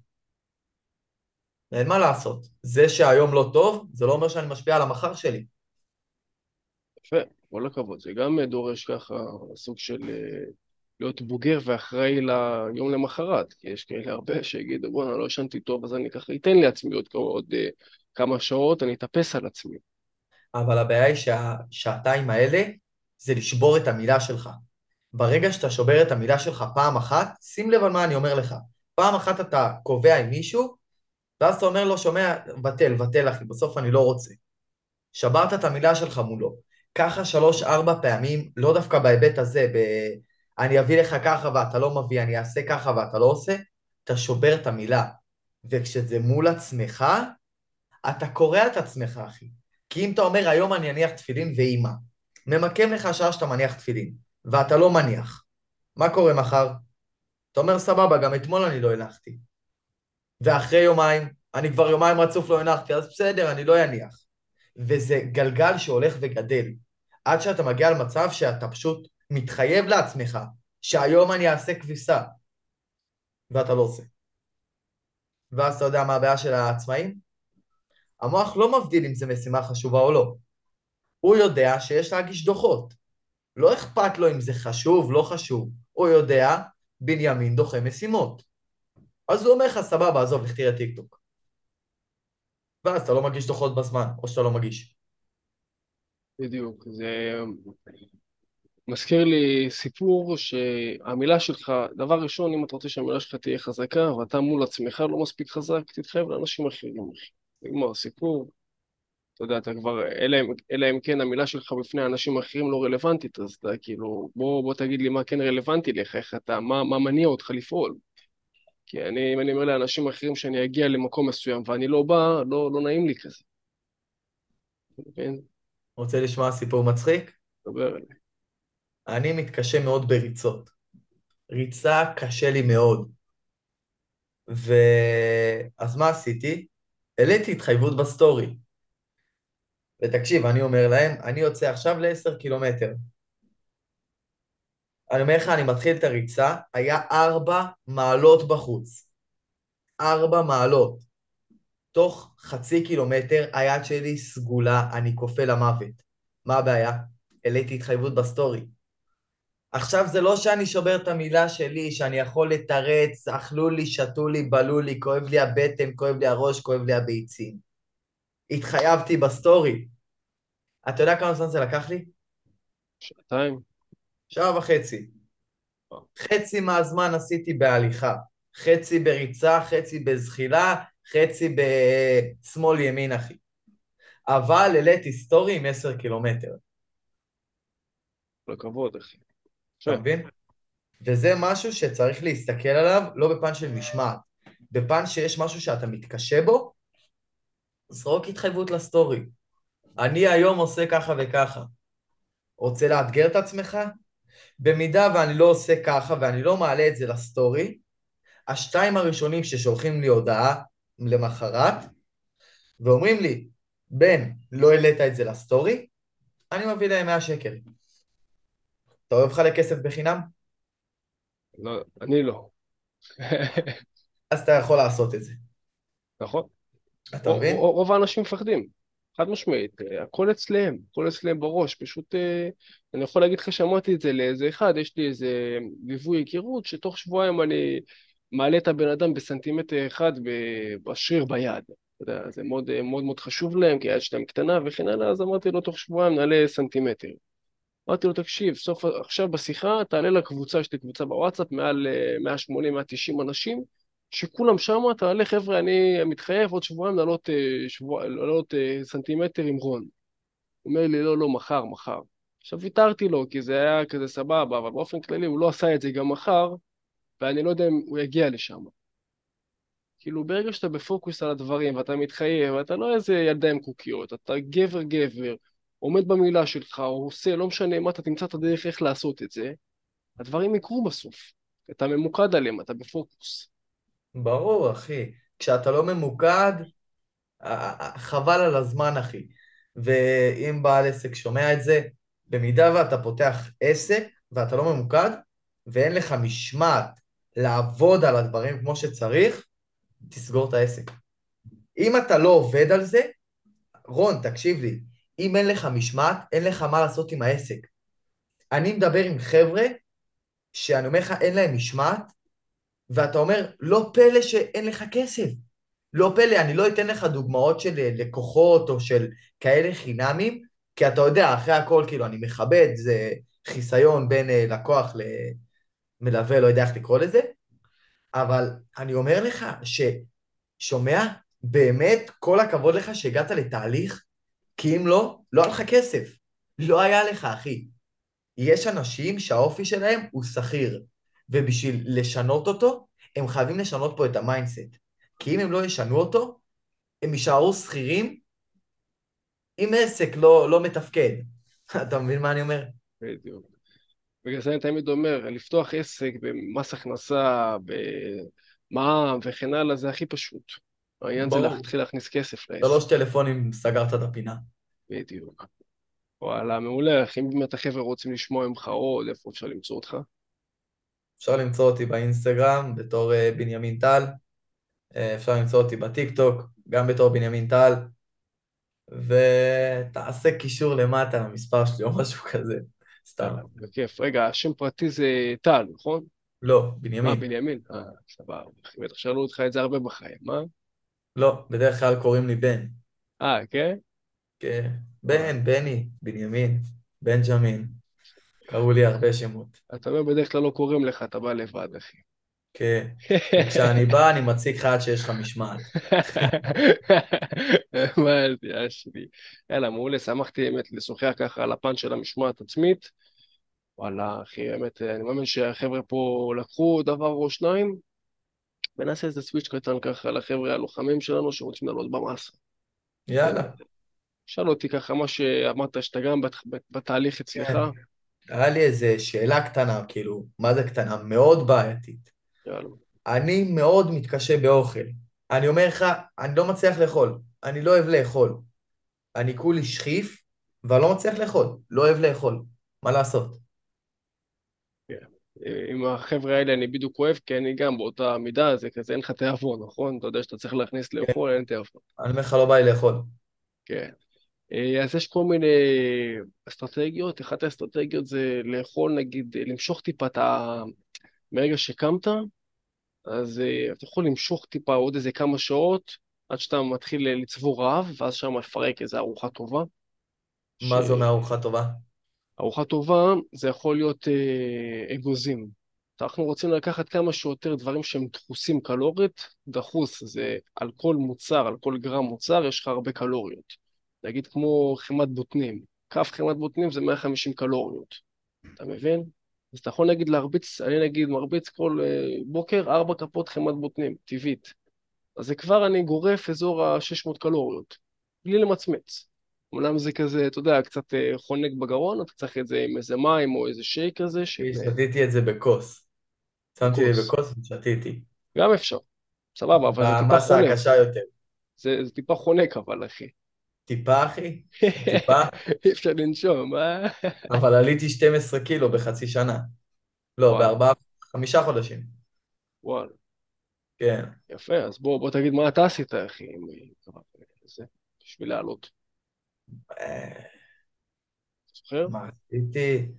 אין מה לעשות. זה שהיום לא טוב, זה לא אומר שאני משפיע על המחר שלי. יפה, כל הכבוד, זה גם דורש ככה סוג של אה, להיות בוגר ואחראי ליום למחרת, כי יש כאלה הרבה שיגידו, בוא'נה, לא ישנתי טוב, אז אני ככה אתן לעצמי עוד, עוד אה, כמה שעות, אני אטפס על עצמי. אבל הבעיה היא שהשעתיים האלה זה לשבור את המילה שלך. ברגע שאתה שובר את המילה שלך פעם אחת, שים לב על מה אני אומר לך. פעם אחת אתה קובע עם מישהו, ואז אתה אומר לו, שומע, בטל, בטל אחי, בסוף אני לא רוצה. שברת את המילה שלך מולו. ככה שלוש, ארבע פעמים, לא דווקא בהיבט הזה, ב... אני אביא לך ככה ואתה לא מביא, אני אעשה ככה ואתה לא עושה, אתה שובר את המילה. וכשזה מול עצמך, אתה קורע את עצמך, אחי. כי אם אתה אומר, היום אני אניח תפילין ואימא, ממקם לך שעה שאתה מניח תפילין, ואתה לא מניח. מה קורה מחר? אתה אומר, סבבה, גם אתמול אני לא הנחתי. ואחרי יומיים, אני כבר יומיים רצוף לא הנחתי, אז בסדר, אני לא אניח. וזה גלגל שהולך וגדל, עד שאתה מגיע למצב שאתה פשוט מתחייב לעצמך, שהיום אני אעשה כביסה, ואתה לא עושה. ואז אתה יודע מה הבעיה של העצמאים? המוח לא מבדיל אם זו משימה חשובה או לא. הוא יודע שיש להגיש דוחות. לא אכפת לו אם זה חשוב, לא חשוב. הוא יודע, בנימין דוחה משימות. אז הוא אומר לך, סבבה, עזוב, לך תראה טיקטוק. ואז אתה לא מגיש דוחות בזמן, או שאתה לא מגיש. בדיוק, זה מזכיר לי סיפור שהמילה שלך, דבר ראשון, אם אתה רוצה שהמילה שלך תהיה חזקה, ואתה מול עצמך לא מספיק חזק, תתחייב לאנשים אחרים, אחי. נגמר סיפור, אתה יודע, אתה כבר, אלא אם אלא אם כן המילה שלך בפני אנשים אחרים לא רלוונטית, אז אתה כאילו, בוא, בוא תגיד לי מה כן רלוונטי לך, איך אתה, מה, מה מניע אותך לפעול. כי אני, אם אני אומר לאנשים אחרים שאני אגיע למקום מסוים ואני לא בא, לא, לא נעים לי כזה. אתה מבין? רוצה לשמוע סיפור מצחיק? דבר אליי. אני מתקשה מאוד בריצות. ריצה קשה לי מאוד. ו... אז מה עשיתי? העליתי התחייבות בסטורי. ותקשיב, אני אומר להם, אני יוצא עכשיו ל-עשרה קילומטר. אני אומר לך, אני מתחיל את הריצה, היה ארבע מעלות בחוץ. ארבע מעלות. תוך חצי קילומטר היד שלי סגולה, אני כופה למוות. מה הבעיה? העליתי התחייבות בסטורי. עכשיו זה לא שאני שובר את המילה שלי, שאני יכול לתרץ, אכלו לי, שתו לי, בלו לי, כואב לי הבטן, כואב לי הראש, כואב לי הביצים. התחייבתי בסטורי. אתה יודע כמה זמן זה לקח לי? שעתיים? שעה וחצי. אה, חצי מהזמן עשיתי בהליכה, חצי בריצה, חצי בזחילה, חצי בשמאל ימין, אחי. אבל העליתי סטורי עם עשרה קילומטר, כל הכבוד, אחי. יפה. אתה מבין? וזה משהו שצריך להסתכל עליו, לא בפן של משמעת, בפן שיש משהו שאתה מתקשה בו, זרוק התחייבות לסטורי. אני היום עושה ככה וככה. רוצה לאתגר את עצמך? במידה ואני לא עושה ככה ואני לא מעלה את זה לסטורי, השתיים הראשונים ששולחים לי הודעה למחרת, ואומרים לי, בן, לא העלית את זה לסטורי, אני מביא להם מאה שקל. אתה אוהב לך לכסף בחינם? לא, אני לא. אז אתה יכול לעשות את זה. נכון? אתה רוב מבין? רוב האנשים מפחדים, חד משמעית, אה, הכל אצלם, הכל אצלם בראש, פשוט אה, אני יכול להגיד לך שאמרתי את זה לאיזה אחד, יש לי איזה ליווי היכרות, שתוך שבועיים אני מעלה את הבן אדם בסנטימטר אחד ב- בשריר ביד. אתה יודע, זה מאוד אה, מאוד מאוד חשוב להם, כי היד שלהם קטנה וכן הלאה, אז אמרתי לו תוך שבועיים נעלה סנטימטר. אמרתי לו, תקשיב, סוף, עכשיו בשיחה תעלה לקבוצה, יש לי קבוצה בוואטסאפ, מעל אה, מאה שמונים עד תשעים אנשים, שכולם שם, תעלה, חבר'ה, אני מתחייב עוד שבועיים לעלות, אה, שבוע, לעלות אה, סנטימטר עם רון. הוא אומר לי, לא, לא, מחר, מחר. עכשיו ויתרתי לו, כי זה היה כזה סבבה, אבל באופן כללי הוא לא עשה את זה גם מחר, ואני לא יודע אם הוא יגיע לשם. כאילו, ברגע שאתה בפוקוס על הדברים, ואתה מתחייב, ואתה לא איזה ידיים קוקיות, אתה גבר גבר, עומד במילה שלך, או עושה, לא משנה מה, אתה תמצא את הדרך איך לעשות את זה, הדברים יקרו בסוף. אתה ממוקד עליהם, אתה בפוקוס. ברור, אחי. כשאתה לא ממוקד, אה, אה, חבל על הזמן, אחי. ואם בעל עסק שומע את זה, במידה ואתה פותח עסק ואתה לא ממוקד, ואין לך משמעת לעבוד על הדברים כמו שצריך, תסגור את העסק. אם אתה לא עובד על זה, רון, תקשיב לי, אם אין לך משמעת, אין לך מה לעשות עם העסק. אני מדבר עם חבר'ה שאני אומר לך, אין להם משמעת, ואתה אומר, לא פלא שאין לך כסף. לא פלא, אני לא אתן לך דוגמאות של אה, לקוחות או של כאלה חינמים, כי אתה יודע, אחרי הכל, כאילו, אני מכבד, זה חיסיון בין אה, לקוח למלווה, לא יודע איך לקרוא לזה, אבל אני אומר לך ששומע, באמת, כל הכבוד לך שהגעת לתהליך, כי אם לא, לא היה לך כסף. לא היה לך, אחי. יש אנשים שהאופי שלהם הוא שכיר, ובשביל לשנות אותו, הם חייבים לשנות פה את המיינדסט. כי אם הם לא ישנו אותו, הם יישארו שכירים עם עסק לא, לא מתפקד. אתה מבין מה אני אומר? בדיוק. בגלל זה אני תמיד אומר, לפתוח עסק במס הכנסה, במע"מ וכן הלאה, זה הכי פשוט. העניין זה ברור. להתחיל להכניס כסף לעסק. שלוש טלפונים סגרת את הפינה. בדיוק. וואלה, מעולה. אם באמת החבר'ה רוצים לשמוע ממך עוד, איפה אפשר למצוא אותך? אפשר למצוא אותי באינסטגרם בתור אה, בנימין טל, אה, אפשר למצוא אותי בטיקטוק גם בתור בנימין טל, ותעשה קישור למטה למספר שלי או משהו כזה, סתם. יאללה, בכיף. רגע, השם פרטי זה טל, נכון? לא, אה, בנימין. בנימין? אה, סבבה. בטח שאלו אותך את זה הרבה בחיים, מה? לא, בדרך כלל קוראים לי בן. אה, כן? כן. וואי. בן, בני, בנימין, בנג'מין. קראו לי הרבה שמות. אתה אומר בדרך כלל לא קוראים לך, אתה בא לבד, אחי. כן. וכשאני בא, אני מציג לך עד שיש לך משמעת. מה זה, שלי. יאללה, מעולה, שמחתי באמת לשוחח ככה על הפן של המשמעת עצמית. וואלה, אחי, באמת, אני מאמין שהחבר'ה פה לקחו דבר או שניים, ונעשה איזה סוויץ' קטן ככה לחבר'ה הלוחמים שלנו שרוצים לעלות במסה. יאללה. שאל אותי ככה מה שאמרת שאתה גם בת- בת- בתהליך אצלך. כן. היה לי איזו שאלה קטנה, כאילו, מה זה קטנה? מאוד בעייתית. יאללה. אני מאוד מתקשה באוכל. אני אומר לך, אני לא מצליח לאכול. אני לא אוהב לאכול. אני כולי שכיף, ואני לא מצליח לאכול. לא אוהב לאכול. מה לעשות? כן. עם החבר'ה האלה אני בדיוק אוהב, כי אני גם באותה מידה, זה כזה אין לך תיאבון, נכון? אתה יודע שאתה צריך להכניס כן. לאכול, אין תיאבון. אני אומר לך, לא בא לי לאכול. כן. אה, אז יש כל מיני אסטרטגיות, אחת האסטרטגיות זה לאכול, נגיד, למשוך טיפה את ה... מרגע שקמת, אז אה, אתה יכול למשוך טיפה עוד איזה כמה שעות, עד שאתה מתחיל לצבור רעב, ואז שם לפרק איזו ארוחה טובה. מה זה אומר ארוחה טובה? שארוחה טובה זה יכול להיות אה, אגוזים. אנחנו רוצים לקחת כמה שיותר דברים שהם דחוסים קלורית, דחוס זה על כל מוצר, על כל גרם מוצר, יש לך הרבה קלוריות. נגיד כמו חימת בוטנים, כף חימת בוטנים זה מאה וחמישים קלוריות, אתה מבין? אז אתה יכול נגיד להרביץ, אני נגיד מרביץ כל אה, בוקר ארבע כפות חימת בוטנים, טבעית. אז זה כבר אני גורף אזור ה-שש מאות קלוריות, בלי למצמץ. אומנם זה כזה, אתה יודע, קצת אה, חונק בגרון, אתה צריך את זה עם איזה מים או איזה שייק כזה של כי אה, שתיתי את זה בכוס. שמתי לי כוס. בכוס ושתיתי. גם אפשר, סבבה, אבל זה טיפה במסה חונק. הקשה יותר. זה, זה טיפה חונק אבל, אחי. טיפה, אחי? טיפה? אי אפשר לנשום, אה? אבל עליתי שנים עשר קילו בחצי שנה. לא, וואלה, בארבעה, חמישה חודשים. וואלה. כן. יפה, אז בוא, בוא תגיד מה אתה עשית, אחי, עם אה, זה, בשביל לעלות. אה, זוכר? מה עשיתי?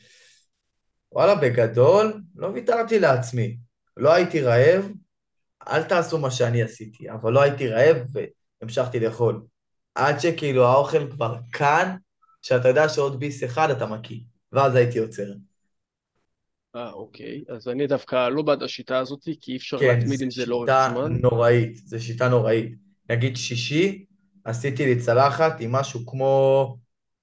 וואלה, בגדול, לא ויתרתי לעצמי. לא הייתי רעב, אל תעשו מה שאני עשיתי, אבל לא הייתי רעב והמשכתי לאכול. עד שכאילו האוכל כבר כאן, שאתה יודע שעוד ביס אחד אתה מקיא, ואז הייתי עוצר. אה, אוקיי. אז אני דווקא לא בעד השיטה הזאת, כי אי אפשר כן, להתמיד זו עם זה לאורך שיטה זמן. נוראית, זו שיטה נוראית. נגיד שישי, עשיתי לי צלחת עם משהו כמו,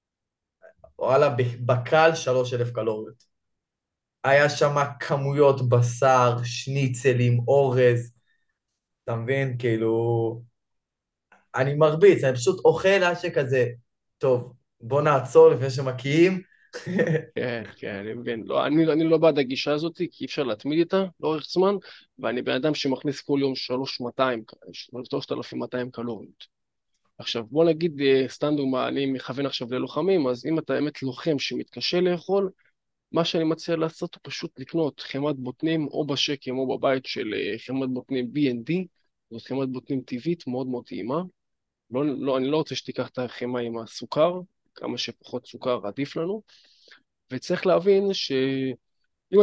וואלה, בקל שלוש אלף קלוריות. היה שם כמויות בשר, שניצלים, אורז, אתה מבין? כאילו, אני מרביץ, אני פשוט אוכל עד שכזה, טוב, בוא נעצור לפני שמקיאים. כן, כן, אני מבין. לא, אני, אני לא בעד הגישה הזאת, כי אי אפשר להתמיד איתה לאורך זמן, ואני בן אדם שמכניס כל יום שלוש אלף ומאתיים, שלושת אלפים ומאתיים קלוריות. עכשיו, בוא נגיד, אה, סתם דוגמה, אני מכוון עכשיו ללוחמים, אז אם אתה באמת לוחם שמתקשה לאכול, מה שאני מציע לעשות הוא פשוט לקנות חמת בוטנים או בשקם או בבית של אה, חמת בוטנים בי אנד די, זאת חמת בוטנים טבעית מאוד מאוד טעימה. לא, לא, אני לא רוצה שתיקח את החמה עם הסוכר, כמה שפחות סוכר עדיף לנו. וצריך להבין שאם אתה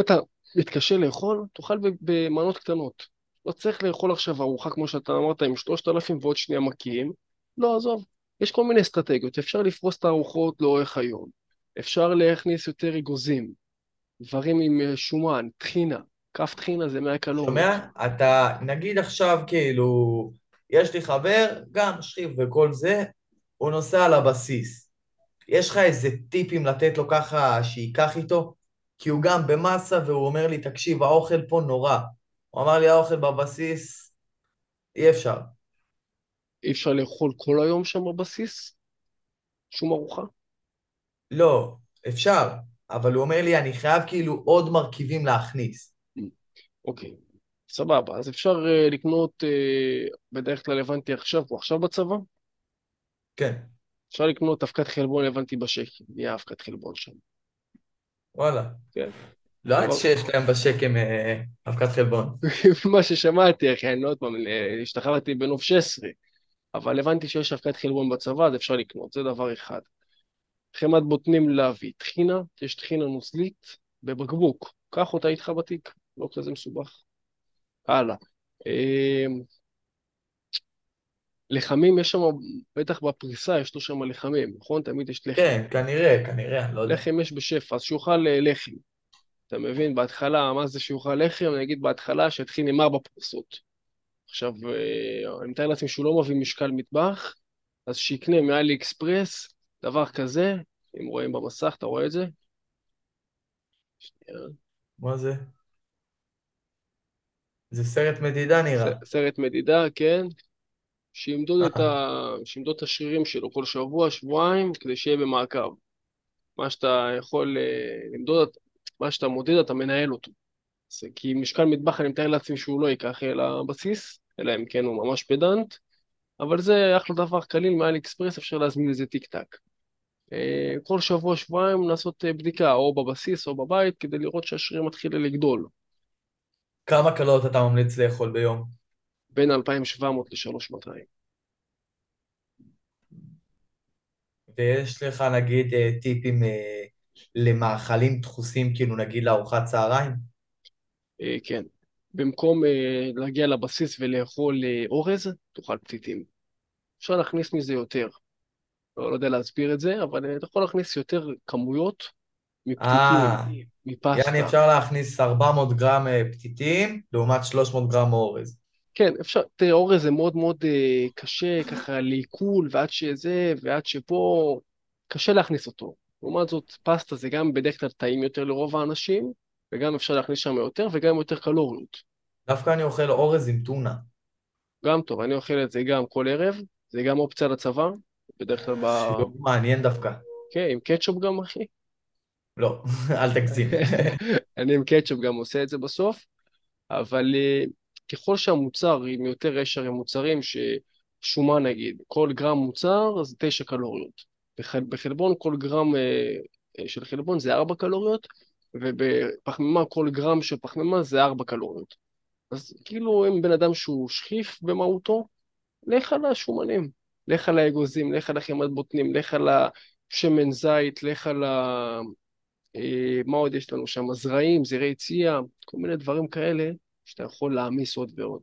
מתקשה לאכול, תאכל ב- במנות קטנות. לא צריך לאכול עכשיו ארוחה כמו שאתה אמרת עם שלושת אלפים ועוד שנייה מקיאים. לא, עזוב. יש כל מיני אסטרטגיות. אפשר לפרוס את הארוחות לאורך היום. אפשר להכניס יותר אגוזים, דברים עם אה, שומן, טחינה. כף טחינה זה מאה קלוריות. שומע? אתה, נגיד עכשיו כאילו, יש לי חבר, גם שכיב וכל זה, הוא נוסע על הבסיס. יש לך איזה טיפים לתת לו ככה שייקח איתו? כי הוא גם במסה והוא אומר לי, תקשיב, האוכל פה נורא. הוא אמר לי, האוכל בבסיס, אי אפשר. אי אפשר לאכול כל היום שם בבסיס, שום ארוחה. לא, אפשר, אבל הוא אומר לי, אני חייב כאילו עוד מרכיבים להכניס. Mm, אוקיי, סבבה. אז אפשר אה, לקנות, אה, בדרך כלל הבנתי עכשיו, הוא עכשיו בצבא? כן, אפשר לקנות אבקת חלבון, הבנתי בשקל. יהיה אבקת חלבון שם. וואלה. כן. לא עד דבר, שיש להם בשקם אה, אבקת חלבון. מה ששמעתי, אחי, אני לא עוד פעם, אה, השתחררתי בנוב שש עשרה, אבל הבנתי שיש אבקת חלבון בצבא, אז אפשר לקנות, זה דבר אחד. חמת בוטנים להביא, טחינה, יש טחינה נוזלית בבקבוק, קח אותה איתך בתיק, לא כזה מסובך. הלאה. אה, לחמים יש שם, בטח בפריסה יש לו שם לחמים, נכון? תמיד יש לחם. כן, כנראה, כנראה, אני לא יודע. לחם יש בשפע, אז שיאכל אה, לחם. אתה מבין? בהתחלה, מה זה שיאכל לחם? אני אגיד בהתחלה שיתחיל עם ארבע פרוסות. עכשיו, אה, אני מתאר לעצמי שהוא לא מביא משקל מטבח, אז שיקנה מאלי אקספרס, דבר כזה, אם רואים במסך, אתה רואה את זה? שנייה. מה זה? זה סרט מדידה נראה. ס- סרט מדידה, כן? שימדוד את אה, ה... שימדוד את השרירים שלו כל שבוע, שבועיים, כדי שיהיה במעקב. מה שאתה יכול אה, למדוד, מה שאתה מודד, אתה מנהל אותו. זה כי משקל מטבח, אני מתאר לעצמי שהוא לא ייקח אל הבסיס, אלא אם כן הוא ממש פדנט, אבל זה אחלה דבר קליל מאלי אקספרס, אפשר להזמין איזה טיק טק. אה, כל שבוע, שבועיים לעשות אה, בדיקה, או בבסיס או בבית, כדי לראות שהשריר מתחיל לגדול, כמה קלות אתה ממליץ לאכול ביום? בין אלפיים ושבע מאות ל-שלוש מאות. ויש לך נגיד אה, טיפים אה, למאכלים דחוסים, כאילו נגיד לארוחת צהריים? אה, כן. במקום אה, להגיע לבסיס ולאכול אה, אורז, תאכל פתיתים. אפשר להכניס מזה יותר. לא, לא יודע להסביר את זה, אבל אה, אתה יכול להכניס יותר כמויות מפתיתים, אה, יעני מפסטה. אפשר להכניס ארבע מאות גרם אה, פתיתים לעומת שלוש מאות גרם אורז. כן, אפשר, תראה, אורז זה מאוד מאוד אה, קשה ככה לעיכול, ועד שזה, ועד שפה, קשה להכניס אותו. לעומת זאת, פסטה זה גם בדרך כלל טעים יותר לרוב האנשים, וגם אפשר להכניס שם יותר, וגם יותר קלוריות. דווקא אני אוכל אורז עם טונה. גם טוב, אני אוכל את זה גם כל ערב, זה גם אופציה לצבא, בדרך כלל ב... שיעור מעניין דווקא. כן, עם קטשופ גם, אחי. לא, אל תגזים. אני עם קטשופ גם עושה את זה בסוף, אבל אה, ככל שהמוצר עם יותר יש הרי מוצרים ששומן נגיד, כל גרם מוצר זה תשע קלוריות. בח- בחלבון כל גרם אה, אה, של חלבון זה ארבע קלוריות, ובפחמימה כל גרם של פחמימה זה ארבע קלוריות. אז כאילו אם בן אדם שהוא שחיף במהותו, לך על השומנים, לך על האגוזים, לך על החמת בוטנים, לך על השמן זית, לך על ה... אה, מה עוד יש לנו שם? זרעים, זרעי צייה, כל מיני דברים כאלה שאתה יכול להעמיס עוד ועוד.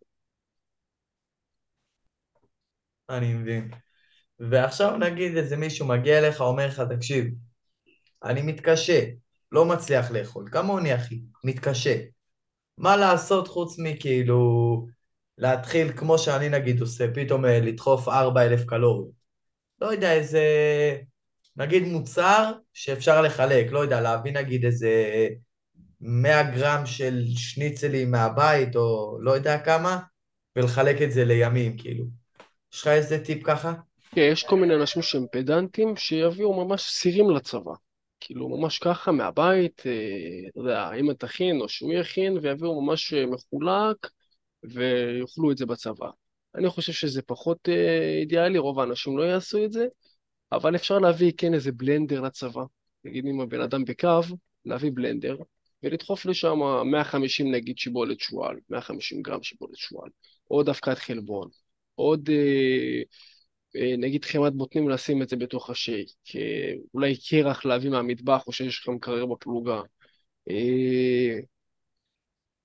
אני מבין. ועכשיו נגיד איזה מישהו מגיע אליך, אומר לך, תקשיב, אני מתקשה, לא מצליח לאכול, כמוני אחי, מתקשה. מה לעשות חוץ מכאילו להתחיל כמו שאני נגיד עושה, פתאום אה, לדחוף ארבע אלף קלוריות. לא יודע, איזה, נגיד מוצר שאפשר לחלק, לא יודע, להביא נגיד איזה מאה גרם של שניצלים מהבית, או לא יודע כמה, ולחלק את זה לימים, כאילו. יש לך איזה טיפ ככה? כן, יש כל מיני אנשים שהם פדנטים שיביאו ממש סירים לצבא. כאילו ממש ככה מהבית, אה, אתה יודע, האמא תכין או שהוא יכין, ויביאו ממש אה, מחולק ויאכלו את זה בצבא. אני חושב שזה פחות אה, אידיאלי, רוב האנשים לא יעשו את זה, אבל אפשר להביא כן איזה בלנדר לצבא. נגיד אם הבן אדם בקו, להביא בלנדר ולדחוף לשם מאה וחמישים נגיד שיבולת שועל, מאה וחמישים גרם שיבולת שועל, עוד אבקת חלבון, עוד אה, אה, נגיד חמת בוטנים לשים את זה בתוך השייק, אה, אולי קרח להביא מהמטבח או שיש לך מקרר בפלוגה. אה,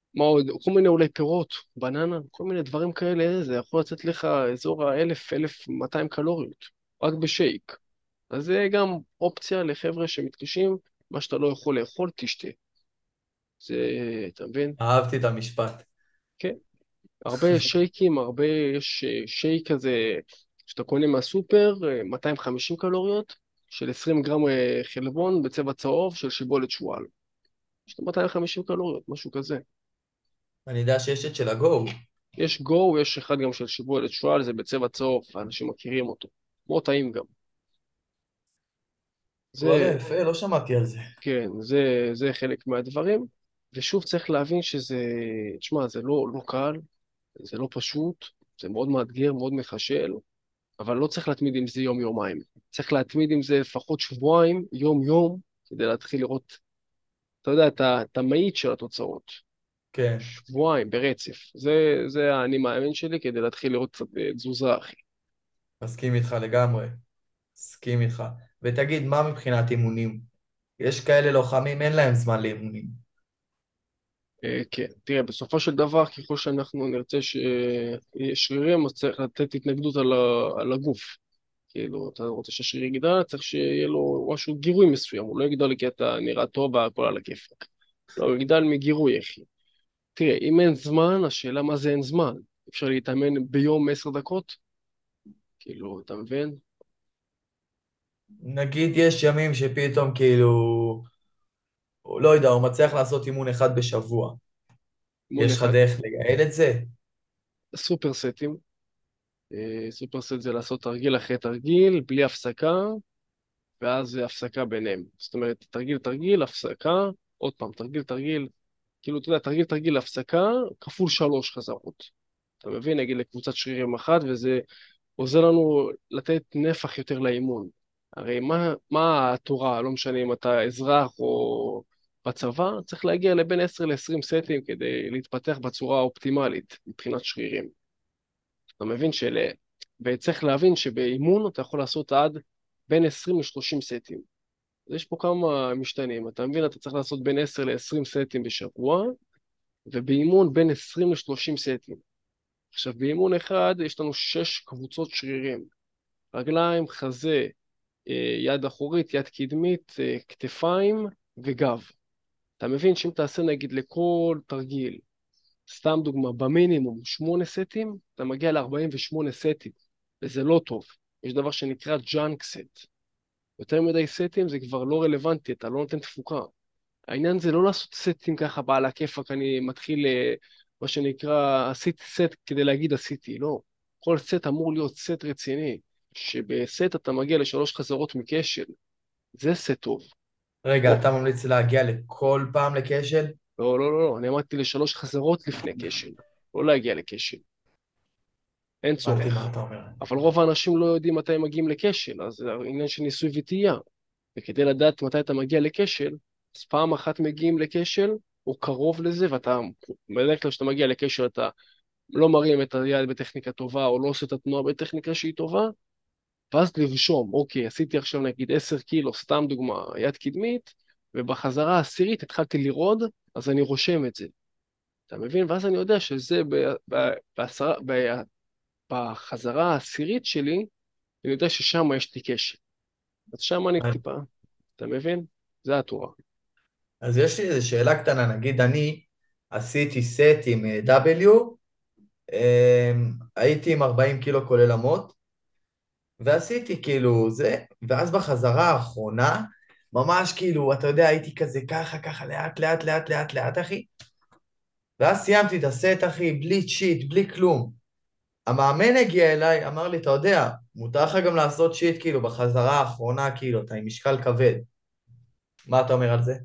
מה עוד? כל מיני אולי פירות, בננה, כל מיני דברים כאלה, זה יכול לצאת לך אזור ה-אלף, אלף ומאתיים קלוריות, רק בשייק. אז זה גם אופציה לחבר'ה שמתקשים, מה שאתה לא יכול לאכול, תשתה. זה, אתה מבין? אהבתי את המשפט. כן. הרבה שייקים, הרבה, יש אה, שייק כזה שאתה קונה מהסופר, אה, מאתיים וחמישים קלוריות, של עשרים גרם אה, חלבון בצבע צהוב של שיבולת שועל. יש לו מאתיים וחמישים קלוריות, משהו כזה. אני יודע שיש את של הגו. יש גו, יש אחד גם של שיבולת שועל, זה בצבע צהוב, האנשים מכירים אותו. מאוד טעים גם. וואלה, זה, יפה, לא שמעתי על זה. כן, זה, זה חלק מהדברים. ושוב צריך להבין שזה, תשמע, זה לא, לא קל, זה לא פשוט, זה מאוד מאתגר, מאוד מחשל. אבל לא צריך להתמיד עם זה יום-יומיים. צריך להתמיד עם זה לפחות שבועיים, יום-יום, כדי להתחיל לראות, אתה יודע, את ה- את המאית של התוצאות. כן, שבועיים ברצף. זה, זה האני מאמין שלי כדי להתחיל לראות קצת אה, תזוזה, אחי. מסכים איתך לגמרי. מסכים איתך. ותגיד, מה מבחינת אימונים? יש כאלה לוחמים, אין להם זמן לאימונים. אה, כן, תראה, בסופו של דבר, ככל שאנחנו נרצה שיהיה שרירים, אז צריך לתת התנגדות על, ה, על הגוף. כאילו, אתה רוצה שהשריר יגדל, צריך שיהיה לו משהו, גירוי מסוים. הוא לא יגדל כי אתה נראה טוב והכל על הכיפאק. לא, הוא יגדל מגירוי, אחי. תראה, אם אין זמן, השאלה מה זה אין זמן. אפשר להתאמן ביום עשר דקות? כאילו, אתה מבין? נגיד יש ימים שפתאום כאילו, לא יודע, הוא מצליח לעשות אימון אחד בשבוע. אימון יש לך אחד. דרך לייעל את זה? סופר סטים. אה, סופר סט זה לעשות תרגיל אחרי תרגיל, בלי הפסקה, ואז הפסקה ביניהם. זאת אומרת, תרגיל תרגיל, הפסקה, עוד פעם, תרגיל תרגיל, כאילו, אתה יודע, תרגיל תרגיל, הפסקה, כפול שלוש חזרות. אתה מבין? נגיד לקבוצת שרירים אחת, וזה עוזר לנו לתת נפח יותר לאימון. הרי מה, מה התורה, לא משנה אם אתה אזרח או בצבא, צריך להגיע לבין עשרה ל-עשרים סטים כדי להתפתח בצורה האופטימלית מבחינת שרירים. אתה מבין של... וצריך להבין שבאימון אתה יכול לעשות עד בין עשרים ל-שלושים סטים. אז יש פה כמה משתנים. אתה מבין, אתה צריך לעשות בין עשרה ל-עשרים סטים בשבוע, ובאימון בין עשרים ל-שלושים סטים. עכשיו, באימון אחד יש לנו שש קבוצות שרירים. רגליים, חזה, אה, יד אחורית, יד קדמית, אה, כתפיים וגב. אתה מבין שאם תעשה נגיד לכל תרגיל, סתם דוגמה, במינימום שמונה סטים, אתה מגיע ל-ארבעים ושמונה סטים, וזה לא טוב. יש דבר שנקרא ג'אנק סט. יותר מדי סטים זה כבר לא רלוונטי, אתה לא נותן תפוקה. העניין זה לא לעשות סטים ככה בעל הכיפאק, אני מתחיל, אה, מה שנקרא, עשיתי סט כדי להגיד עשיתי, לא. כל סט אמור להיות סט רציני, שבסט אתה מגיע לשלוש חזרות מכשל, זה סט טוב. רגע, או, אתה ממליץ להגיע לכל פעם לכשל? לא, לא, לא, לא, אני אמרתי לשלוש חזרות לפני כשל, לא להגיע לכשל, אין הבנתי מה צורך. אתה אומר. אבל רוב האנשים לא יודעים מתי הם מגיעים לכשל, אז זה עניין של ניסוי וטעייה. וכדי לדעת מתי אתה מגיע לכשל, אז פעם אחת מגיעים לכשל, או קרוב לזה, ואתה, בדרך כלל כשאתה מגיע לכשל אתה לא מרים את היד בטכניקה טובה, או לא עושה את התנועה בטכניקה שהיא טובה, ואז לרשום, אוקיי, עשיתי עכשיו נגיד עשר קילו, סתם דוגמה, יד קדמית, ובחזרה העשירית התחלתי לרעוד, אז אני רושם את זה. אתה מבין? ואז אני יודע שזה ב, ב, בעשרה, ב, בחזרה העשירית שלי, אני יודע ששם יש לי קשר. אז שם אני טיפה, אתה מבין? זה התורה. אז יש לי איזו שאלה קטנה, נגיד אני עשיתי סט עם אה, W, אמ, הייתי עם ארבעים קילו כולל אמות, ועשיתי כאילו זה, ואז בחזרה האחרונה, ממש כאילו, אתה יודע, הייתי כזה ככה, ככה, לאט, לאט, לאט, לאט, לאט, אחי, ואז סיימתי את הסט, אחי, בלי צ'יט, בלי כלום. המאמן הגיע אליי, אמר לי, אתה יודע, מותר לך גם לעשות צ'יט, כאילו, בחזרה האחרונה, כאילו, אתה עם משקל כבד. מה אתה אומר על זה?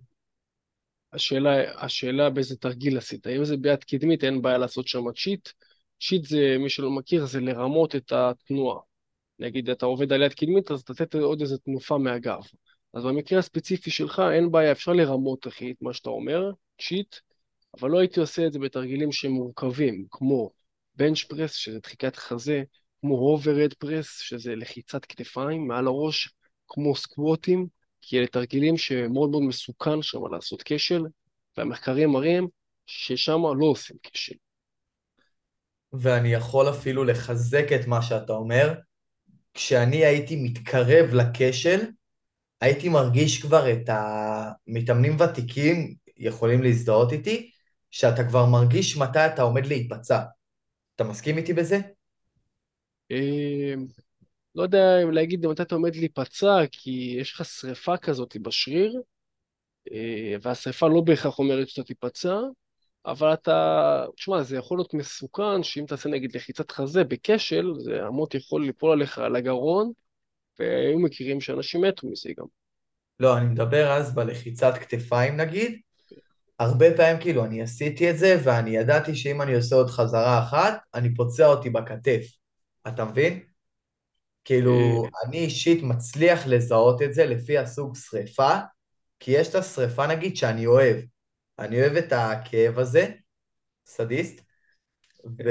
השאלה, השאלה באיזה תרגיל עשית. אם זה ביד קדמית, אין בעיה לעשות שם צ'יט. צ'יט זה, מי שלא מכיר, זה לרמות את התנועה. נגיד, אתה עובד על יד קדמית, אז לתת עוד איזה תנופה מהגב. אז במקרה הספציפי שלך, אין בעיה, אפשר לרמות, אחי, את מה שאתה אומר, צ'יט, אבל לא הייתי עושה את זה בתרגילים שהם מורכבים, כמו בנץ' פרס, שזה דחיקת חזה, כמו הוברד פרס, שזה לחיצת כתפיים מעל הראש, כמו סקווטים, כי אלה תרגילים שמאוד מאוד מסוכן שם לעשות כשל, והמחקרים מראים ששם לא עושים כשל. ואני יכול אפילו לחזק את מה שאתה אומר. כשאני הייתי מתקרב לכשל, הייתי מרגיש כבר את המתאמנים ותיקים, יכולים להזדהות איתי, שאתה כבר מרגיש מתי אתה עומד להיפצע. אתה מסכים איתי בזה? אה, לא יודע אם להגיד מתי אתה עומד להיפצע, כי יש לך שריפה כזאת בשריר, אה, והשריפה לא בהכרח אומרת שאתה תיפצע, אבל אתה, תשמע, זה יכול להיות מסוכן, שאם תעשה נגיד לחיצת חזה בכשל, זה המוט יכול ליפול עליך על הגרון, והיו מכירים שאנשים מתו מזה גם. לא, אני מדבר אז בלחיצת כתפיים נגיד. הרבה פעמים כאילו אני עשיתי את זה, ואני ידעתי שאם אני עושה עוד חזרה אחת, אני פוצע אותי בכתף. אתה מבין? כאילו, אה, אני אישית מצליח לזהות את זה לפי הסוג שריפה, כי יש את השריפה נגיד שאני אוהב. אני אוהב את הכאב הזה, סדיסט, ו...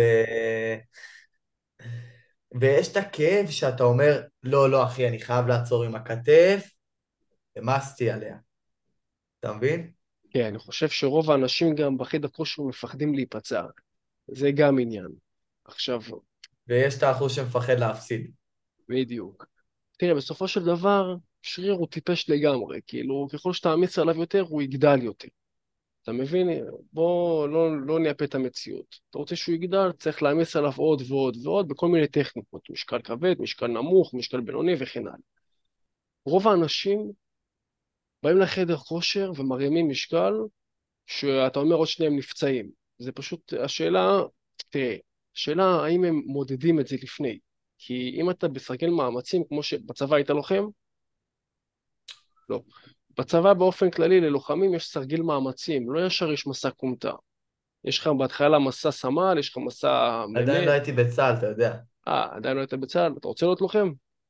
ויש את הכאב שאתה אומר, לא, לא, אחי, אני חייב לעצור עם הכתף, המסתי עליה. אתה מבין? כן, אני חושב שרוב האנשים גם בחדר כושר מפחדים להיפצע. זה גם עניין. עכשיו, ויש את האחוז שמפחד להפסיד. בדיוק. תראה, בסופו של דבר, שריר הוא טיפש לגמרי. כאילו, ככל שתעמיס עליו יותר, הוא יגדל יותר. אתה מבין? בוא לא, לא נייפה את המציאות. אתה רוצה שהוא יגדל, צריך להעמיס עליו עוד ועוד ועוד בכל מיני טכניקות. משקל כבד, משקל נמוך, משקל בינוני וכן הלאה. רוב האנשים באים לחדר כושר ומרימים משקל, שאתה אומר עוד שניהם נפצעים. זה פשוט, השאלה, תראה, השאלה האם הם מודדים את זה לפני. כי אם אתה בסרגל מאמצים, כמו שבצבא היית לוחם, לא. בצבא באופן כללי ללוחמים יש סרגל מאמצים, לא ישר יש מסע כומתה. יש לך בהתחלה מסע סמל, יש לך מסע עדיין לא מ"מ. הייתי בצה"ל, אתה יודע. אה, עדיין לא היית בצה"ל, אתה רוצה להיות לוחם?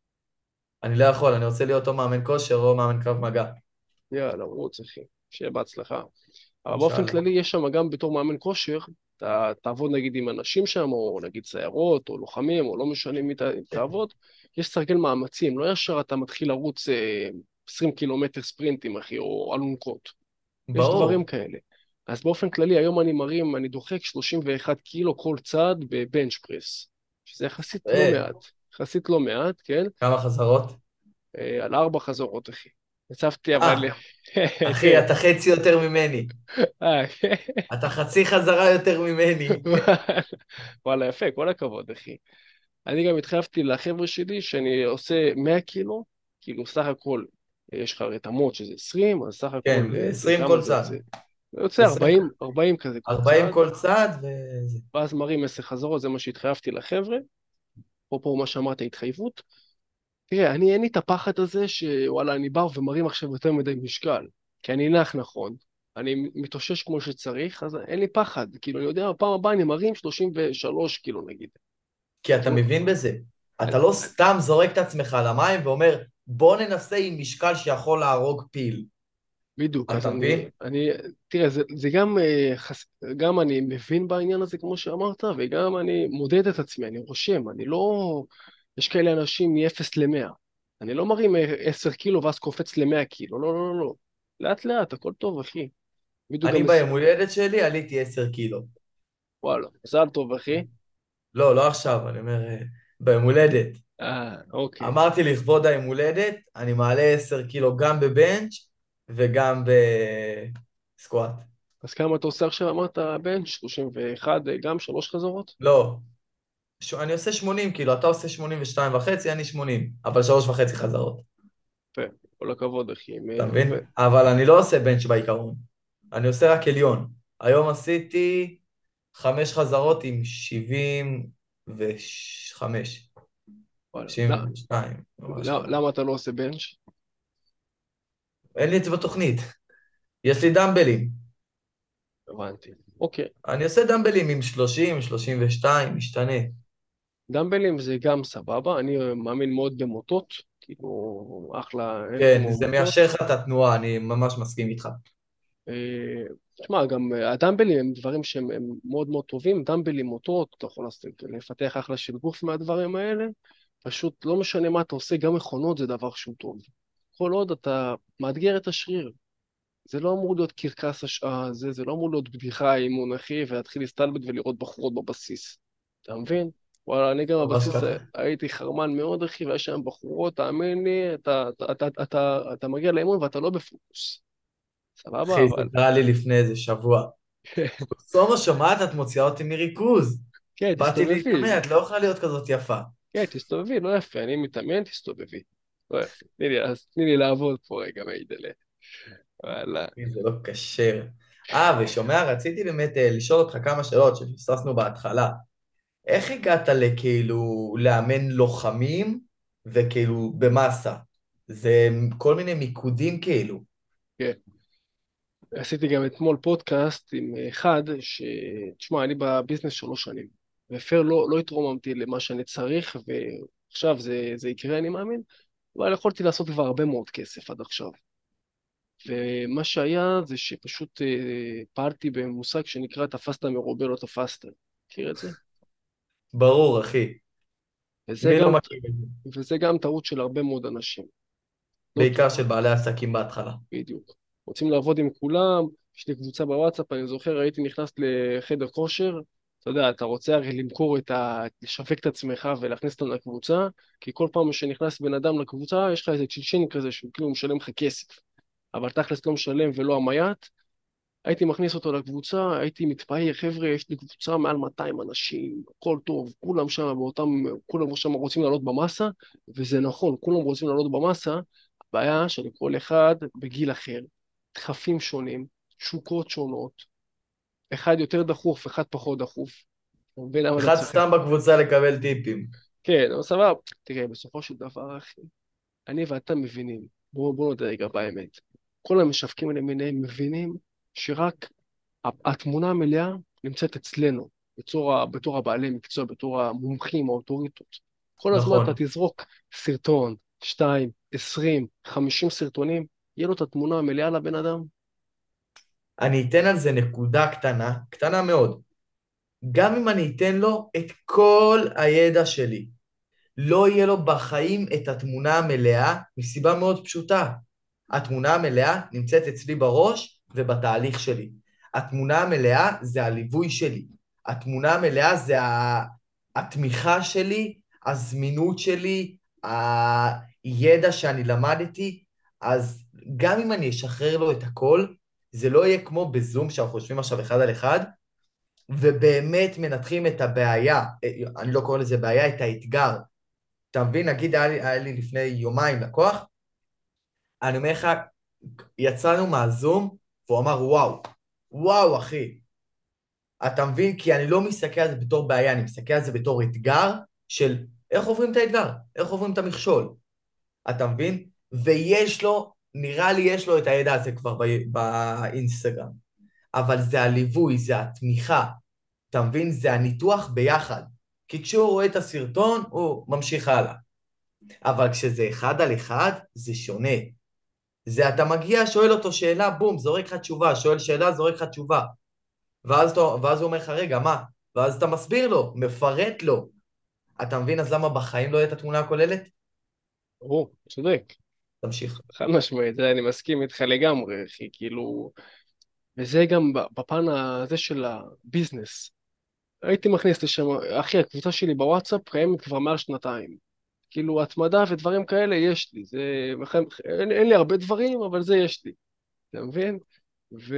אני לא יכול, אני רוצה להיות או מאמן כושר או מאמן קרב מגע. יאללה, רוץ אחי, שיהיה בהצלחה. אבל באופן אינשאללה. כללי יש שם גם בתור מאמן כושר, אתה תעבוד נגיד עם אנשים שם, או נגיד סיירות, או לוחמים, או לא משנה מי ת- תעבוד, יש סרגל מאמצים, לא ישר אתה מתחיל לרוץ אה, עשרים קילומטר ספרינטים, אחי, או אלונקות. יש דברים ברור. כאלה. אז באופן כללי, היום אני מרים, אני דוחק שלושים ואחד קילו כל צד בבנץ' פרס, שזה יחסית לא אה, מעט. יחסית לא מעט, כן? כמה חזרות? אה, על ארבע חזרות, אחי. הצבתי אבל... אה, אחי, כן. אתה חצי יותר ממני. אה, אתה חצי חזרה יותר ממני. וואלה, יפה, כל הכבוד, אחי. אני גם התחייבתי לחבר'ה שלי שאני עושה מאה קילו, כאילו סך הכל, אה, יש לך רתמות שזה עשרים, אז סך כן, הכל אה, זה ו-עשרים כמה כל זה צד. יוצא? זה יוצא עשרים, ארבעים, ארבעים כזה כל ארבעים צד, כל צד, וזה. ואז מראים עשר חזרות, זה מה שהתחייבתי לחבר'ה. אפרופו מה שאמרת, התחייבות. תראה, אני אין לי את הפחד הזה שוואלה, אני בא ומרים עכשיו יותר מדי משקל, כי אני נח נכון, אני מתאושש כמו שצריך, אז אין לי פחד. כאילו, אני יודע, בפעם הבאה אני מרים שלושים ושלוש קילו נגיד. כי אז אתה לא, מבין בזה. אני, אתה לא סתם זורק את עצמך למים ואומר, בוא ננסה עם משקל שיכול להרוג פיל. בדיוק, אז אתה אני, מבין? אני, תראה, זה, זה גם, אה, חס, גם אני מבין בעניין הזה, כמו שאמרת, וגם אני מודד את עצמי, אני רושם, אני לא, יש כאלה אנשים מ-אפס ל-מאה. אני לא מרים אה, עשר קילו ואז קופץ ל-מאה קילו, לא, לא, לא, לא. לאט לאט, הכל טוב, אחי. בדיוק אני גם, מס- ביום הולדת שלי עליתי עשר קילו. וואלה, מזל טוב, אחי. לא, לא עכשיו, אני אומר, אה, ביום הולדת. אה, אוקיי. אמרתי לכבוד היום הולדת, אני מעלה עשר קילו גם בבנץ' וגם בסקואט. אז כמה אתה עושה עכשיו? אמרת בן שלושים ואחת, אה, גם שלוש חזרות? לא, ש... אני עושה שמונים קילו, אתה עושה שמונים ושתיים וחצי, אני שמונים, אבל שלוש וחצי חזרות, יפה, כל הכבוד, אחי. אתה מ- ו- מבין? אבל אני לא עושה בנץ' בעיקרון, אני עושה רק עליון. היום עשיתי חמש חזרות עם שבעים וחמש, וואלה, לא- שבעים ושתיים, ממש לא- חמש. למה אתה לא עושה בנץ'? אין לי את זה בתוכנית. יש לי דמבלים. הבנתי. אוקיי. אני עושה דמבלים עם שלושים, שלושים ושתיים, משתנה. דמבלים זה גם סבבה, אני מאמין מאוד במוטות, כאילו, אחלה, אין כן, כמו זה מיישר מוטות. לך את התנועה, אני ממש מסכים איתך. אה, תשמע, גם אה, הדמבלים הם דברים שהם הם מאוד מאוד טובים, דמבלים, מוטות, אתה יכול לעשות- לפתח אחלה של גוף מהדברים האלה, פשוט לא משנה מה אתה עושה, גם מכונות זה דבר שהוא טוב. כל עוד אתה מאתגר את השריר. זה לא אמור להיות קרקס השעה, זה, זה לא אמור להיות בדיחה אימון, אחי, ולהתחיל להסתלבט ולראות בחורות בבסיס. אתה מבין? וואלה, אני גם ממש בבסיס ככה. הייתי חרמן מאוד, אחי, והיה שם בחורות, תאמין לי, אתה, אתה, אתה, אתה, אתה, אתה מגיע לאימון ואתה לא בפוקוס. סבבה, אחי, זה אבל... קרה לי לפני איזה שבוע. סומה, שומעת, את מוציאה אותי מריכוז. כן, באתי תסתובבי. להתאמן, את לא יכולה להיות כזאת יפה. כן, תסתובבי, לא יפה, אני מתאמן, תסתובבי. לא יפה. תני לי, אז תני לי לעבוד פה רגע, מעידלה. וואלה. אחי, זה לא כשר. אה, ושומע, רציתי באמת אה, לשאול אותך כמה שאלות שפספסנו בהתחלה. איך הגעת לכאילו לאמן לוחמים וכאילו במאסה? זה כל מיני מיקודים כאילו. כן. עשיתי גם אתמול פודקאסט עם אחד, ש... תשמע, אני בביזנס שלוש שנים, ופר לא, לא התרוממתי למה שאני צריך, ועכשיו זה, זה יקרה, אני מאמין, אבל יכולתי לעשות כבר הרבה מאוד כסף עד עכשיו. ומה שהיה זה שפשוט אה, פעלתי במושג שנקרא תפסת מרובה לא תפסת. מכיר את זה? ברור, אחי. וזה מי לא גם, מכיר את זה? וזה גם טעות של הרבה מאוד אנשים. לא בעיקר טובה. של בעלי עסקים בהתחלה. בדיוק. רוצים לעבוד עם כולם, יש לי קבוצה בוואטסאפ, אני זוכר, הייתי נכנס לחדר כושר, אתה יודע, אתה רוצה הרי למכור את ה... לשווק את עצמך ולהכניס אותם לקבוצה, כי כל פעם שנכנס בן אדם לקבוצה, יש לך איזה צ'יצ'ין כזה שהוא כאילו משלם לך כסף, אבל תכלס לא משלם ולא המייט, הייתי מכניס אותו לקבוצה, הייתי מתפעל, חבר'ה, יש לי קבוצה מעל מאתיים אנשים, הכל טוב, כולם שם באותם, כולם שם רוצים לעלות במסה, וזה נכון, כולם רוצים לעלות במסה, הבעיה שלכל אחד בגיל אחר, דחפים שונים, תשוקות שונות, אחד יותר דחוף, אחד פחות דחוף, אתה מבין למה אתה אחד צוחק? סתם בקבוצה לקבל טיפים. כן, אבל סבבה, תראה, בסופו של דבר, אחי, אני ואתה מבינים, בואו בוא נודה רגע באמת, כל המשווקים למיניהם מבינים שרק התמונה המלאה נמצאת אצלנו, בתור, ה- בתור הבעלי מקצוע, בתור המומחים, האוטוריטות. כל הזמן אתה נכון. תזרוק סרטון, שתיים, עשרים, חמישים סרטונים, יהיה לו את התמונה המלאה לבן אדם. אני אתן על זה נקודה קטנה, קטנה מאוד. גם אם אני אתן לו את כל הידע שלי, לא יהיה לו בחיים את התמונה המלאה, מסיבה מאוד פשוטה. התמונה המלאה נמצאת אצלי בראש ובתהליך שלי. התמונה המלאה זה הליווי שלי. התמונה המלאה זה ה- התמיכה שלי, הזמינות שלי, הידע שאני למדתי. אז גם אם אני אשחרר לו את הכל, זה לא יהיה כמו בזום שאנחנו חושבים עכשיו אחד על אחד, ובאמת מנתחים את הבעיה, אני לא קורא לזה בעיה, את האתגר. אתה מבין, נגיד היה לי, היה לי לפני יומיים לקוח, אני אומר לך, יצאנו מהזום, והוא אמר, וואו, וואו, אחי. אתה מבין? כי אני לא מסתכל על זה בתור בעיה, אני מסתכל על זה בתור אתגר של איך עוברים את האתגר, איך עוברים את המכשול. אתה מבין? ויש לו, נראה לי יש לו את הידע הזה כבר ב- באינסטגרם. אבל זה הליווי, זה התמיכה. אתה מבין? זה הניתוח ביחד. כי כשהוא רואה את הסרטון, הוא ממשיך הלאה. אבל כשזה אחד על אחד, זה שונה. זה אתה מגיע, שואל אותו שאלה, בום, זורק לך תשובה, שואל שאלה, זורק לך תשובה. ואז, אתה, ואז הוא אומר לך, רגע, מה? ואז אתה מסביר לו, מפרט לו. אתה מבין אז למה בחיים לא יהיה את התמונה הכוללת? ברור, צודק, תמשיך. חד משמעית, זה אני מסכים איתך לגמרי, אחי, כאילו, וזה גם ב- בפן הזה של הביזנס. הייתי מכניס לשם, אחי, הקבוצה שלי בוואטסאפ קיימת כבר מעל שנתיים. כאילו, התמדה ודברים כאלה יש לי. זה, אין, אין לי הרבה דברים, אבל זה יש לי. אתה מבין? ו...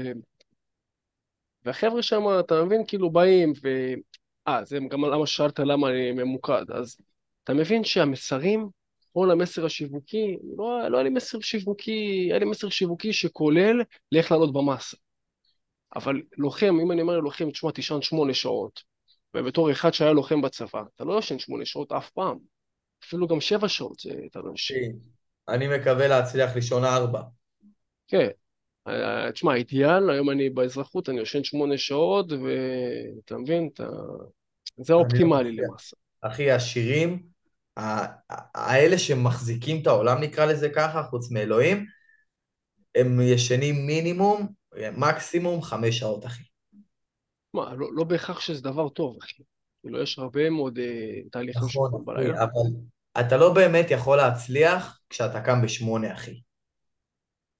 והחבר'ה שם, אתה מבין, כאילו באים ו... אה, זה גם למה שאלת למה אני ממוקד. אז אתה מבין שהמסרים, כל המסר השיווקי, לא, לא היה לי מסר שיווקי, היה לי מסר שיווקי שכולל לאיך לעלות במסה. אבל לוחם, אם אני אומר ללוחם, תשמע, תישן שמונה שעות, ובתור אחד שהיה לוחם בצבא, אתה לא ישן שמונה שעות אף פעם. אפילו גם שבע שעות זה אתה לא ישן. אני מקווה להצליח לישון ארבע. כן. אה, תשמע, האידיאל, היום אני באזרחות, אני יושן שמונה שעות, ואתה מבין, אתה... זה אני לא האופטימלי מצליח. למעשה. אחי, השירים, ה- ה- האלה שמחזיקים את העולם, נקרא לזה ככה, חוץ מאלוהים, הם ישנים מינימום, מקסימום חמש שעות, אחי. מה, לא, לא בהכרח שזה דבר טוב, אחי. כאילו, יש הרבה מאוד אה, תהליכים נכון, שקורים אחי, בלילה. אבל אתה לא באמת יכול להצליח כשאתה קם בשמונה, אחי.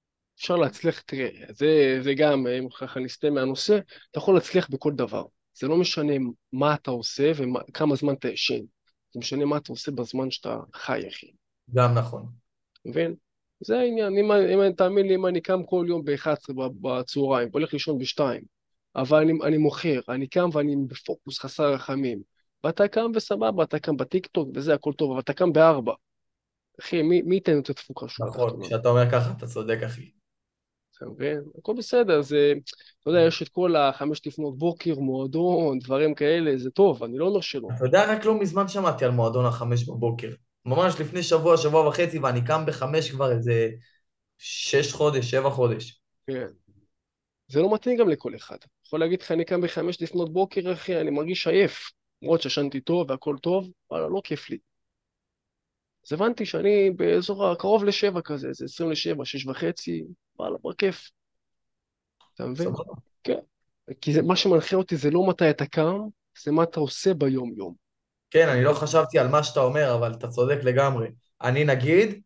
אפשר להצליח, תראה, זה, זה גם, אם ככה נסטה מהנושא, אתה יכול להצליח בכל דבר. זה לא משנה מה אתה עושה וכמה זמן אתה ישן. זה משנה מה אתה עושה בזמן שאתה חי, אחי. גם נכון. מבין? זה העניין. אם, אם אני, תאמין לי, אם אני קם כל יום ב-אחת עשרה בצהריים, והולך לישון ב-שתיים, אבל אני, אני מוכר, אני קם ואני בפוקוס חסר רחמים, ואתה קם וסבבה, אתה קם בטיקטוק וזה, הכל טוב, אבל אתה קם ב-ארבע. אחי, מי, מי ייתן את התפוקה שורה נכון, תחתונה? כשאתה אומר ככה אתה צודק, אחי. אתה מבין? הכל בסדר, זה, אתה יודע, יש את כל החמש לפנות בוקר, מועדון, דברים כאלה, זה טוב, אני לא אומר שלא. אתה יודע, רק לא מזמן שמעתי על מועדון החמש בבוקר. ממש לפני שבוע, שבוע וחצי, ואני קם בחמש כבר איזה שש חודש, שבע חודש. כן. זה לא מתאים גם לכל אחד. יכול להגיד לך, אני קם בחמש לפנות בוקר, אחי, אני מרגיש עייף. למרות שישנתי טוב והכל טוב, וואלה, לא כיף לי. אז הבנתי שאני באזור הקרוב לשבע כזה, זה עשרים לשבע, שש וחצי, וואלה, בכיף. אתה מבין? סבבה. כן. כי זה, מה שמנחה אותי זה לא מתי אתה קם, זה מה אתה עושה ביום-יום. כן, אני לא חשבתי על מה שאתה אומר, אבל אתה צודק לגמרי. אני נגיד,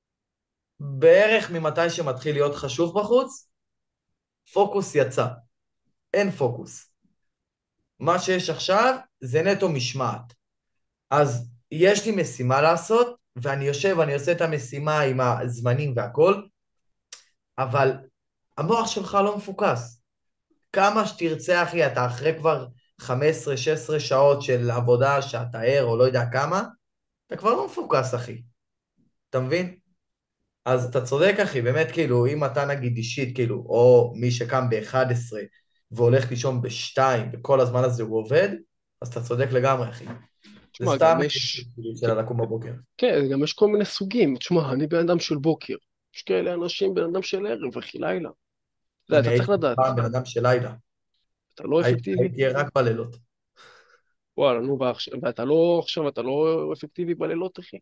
בערך ממתי שמתחיל להיות חשוב בחוץ, פוקוס יצא. אין פוקוס. מה שיש עכשיו זה נטו משמעת. אז יש לי משימה לעשות, ואני יושב, אני עושה את המשימה עם הזמנים והכל, אבל המוח שלך לא מפוקס. כמה שתרצה, אחי, אתה אחרי כבר חמש עשרה שש עשרה שעות של עבודה שאתה ער או לא יודע כמה, אתה כבר לא מפוקס, אחי. אתה מבין? אז אתה צודק, אחי, באמת, כאילו, אם אתה נגיד אישית, כאילו, או מי שקם ב-אחת עשרה והולך לישון ב-שתיים, וכל הזמן הזה הוא עובד, אז אתה צודק לגמרי, אחי. זה תשמע, סתם גם כאילו יש... של לקום בבוקר. כן, גם יש כל מיני סוגים. תשמע, אני בן אדם של בוקר. יש כאלה אנשים בן אדם של ערב, וכי לילה. אתה יודע, אני אתה צריך הייתי לדעת, פעם בן אדם של לילה. אתה לא הייתי אפקטיבי? הייתי ער רק בלילות. וואלה, נו, ועכשיו- ואתה לא, עכשיו אתה לא אפקטיבי בלילות, אחי?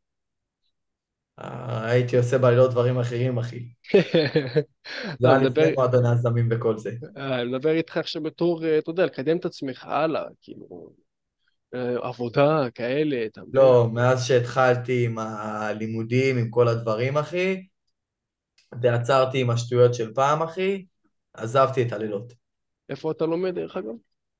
אה, הייתי עושה בלילות דברים אחרים, אחי. זה לא, היה אני מדבר, לפני מועדון היזמים וכל זה. אה, אני מדבר איתך עכשיו בתור, אה, אתה יודע, לקדם את עצמך הלאה, כאילו, אה, עבודה, כאלה, אתה מבין? לא, מאז שהתחלתי עם הלימודים, עם כל הדברים, אחי, ועצרתי עם השטויות של פעם, אחי, עזבתי את הלילות. איפה אתה לומד, דרך אגב?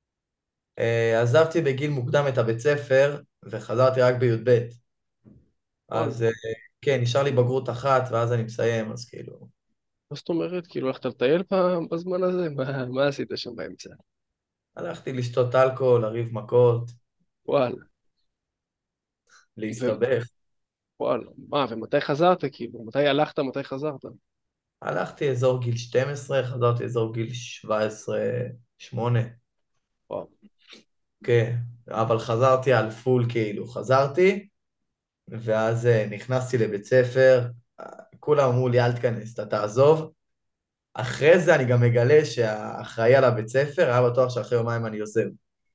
אה, עזבתי בגיל מוקדם את הבית ספר, וחזרתי רק בי"ב. וואלה, אז אה, כן, נשאר לי בגרות אחת, ואז אני מסיים, אז כאילו... מה זאת אומרת? כאילו, הלכת לטייל פעם בזמן הזה? מה, מה עשית שם באמצע? הלכתי לשתות אלכוהול, לריב מכות, וואלה, להסתבך. וואלה, מה, ומתי חזרת, כאילו? מתי הלכת, מתי חזרת? הלכתי אזור גיל שתים עשרה, חזרתי אזור גיל שבע עשרה שמונה. וואו. כן, אבל חזרתי על פול כאילו, חזרתי, ואז אה, נכנסתי לבית ספר, אה, כולם אמרו לי, אל תיכנס, אתה תעזוב. אחרי זה אני גם מגלה שהאחראי על הבית ספר היה בטוח שאחרי יומיים אני עוזב.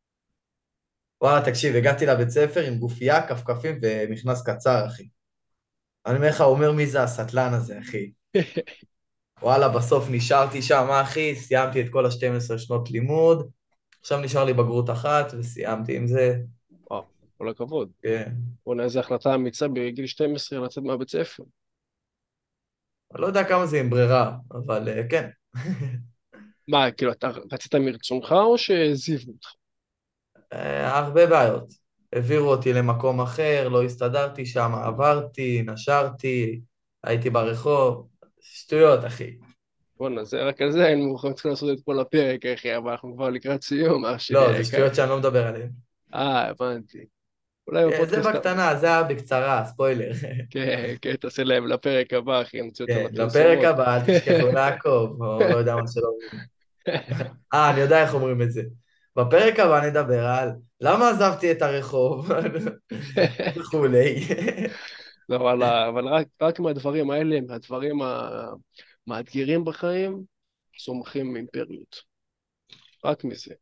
וואלה, תקשיב, הגעתי לבית ספר עם גופייה, כפכפים ומכנס קצר, אחי. אני אומר לך, הוא אומר מי זה הסטלן הזה, אחי. וואלה, בסוף נשארתי שם, אחי, סיימתי את כל ה-שתים עשרה שנות לימוד, עכשיו נשאר לי בגרות אחת, וסיימתי עם זה. וואו, כל הכבוד. כן. בוא'נה, איזה החלטה אמיצה בגיל שתים עשרה לצאת מהבית ספר. אני לא יודע כמה זה עם ברירה, אבל אה, כן. מה, כאילו, אתה רצית מרצונך או שהעזיבו אותך? אה, הרבה בעיות. העבירו אותי למקום אחר, לא הסתדרתי שם, עברתי, נשרתי, הייתי ברחוב, שטויות, אחי. בוא'נה, זה רק על זה היינו יכולים צריכים לעשות את כל הפרק, אחי, אבל אנחנו כבר לקראת סיום, אח שלי לא, זה היקר. שטויות שאני לא מדבר עליהן. אה, הבנתי. אולי כן, זה בפודקאסט, בקטנה, זה היה בקצרה, ספוילר. כן, כן, תעשה להם לפרק הבא, אחי, נוציא אותם כן, לפרק לפרסומות. הבא, אל תשכחו לעקוב, או לא יודע מה שלא אומרים. אה, אני יודע איך אומרים את זה. בפרק הבא נדבר על למה עזבתי את הרחוב וכולי. לא, אבל, אבל רק, רק מהדברים האלה, מהדברים המאתגרים בחיים, צומחים אימפריות. רק מזה.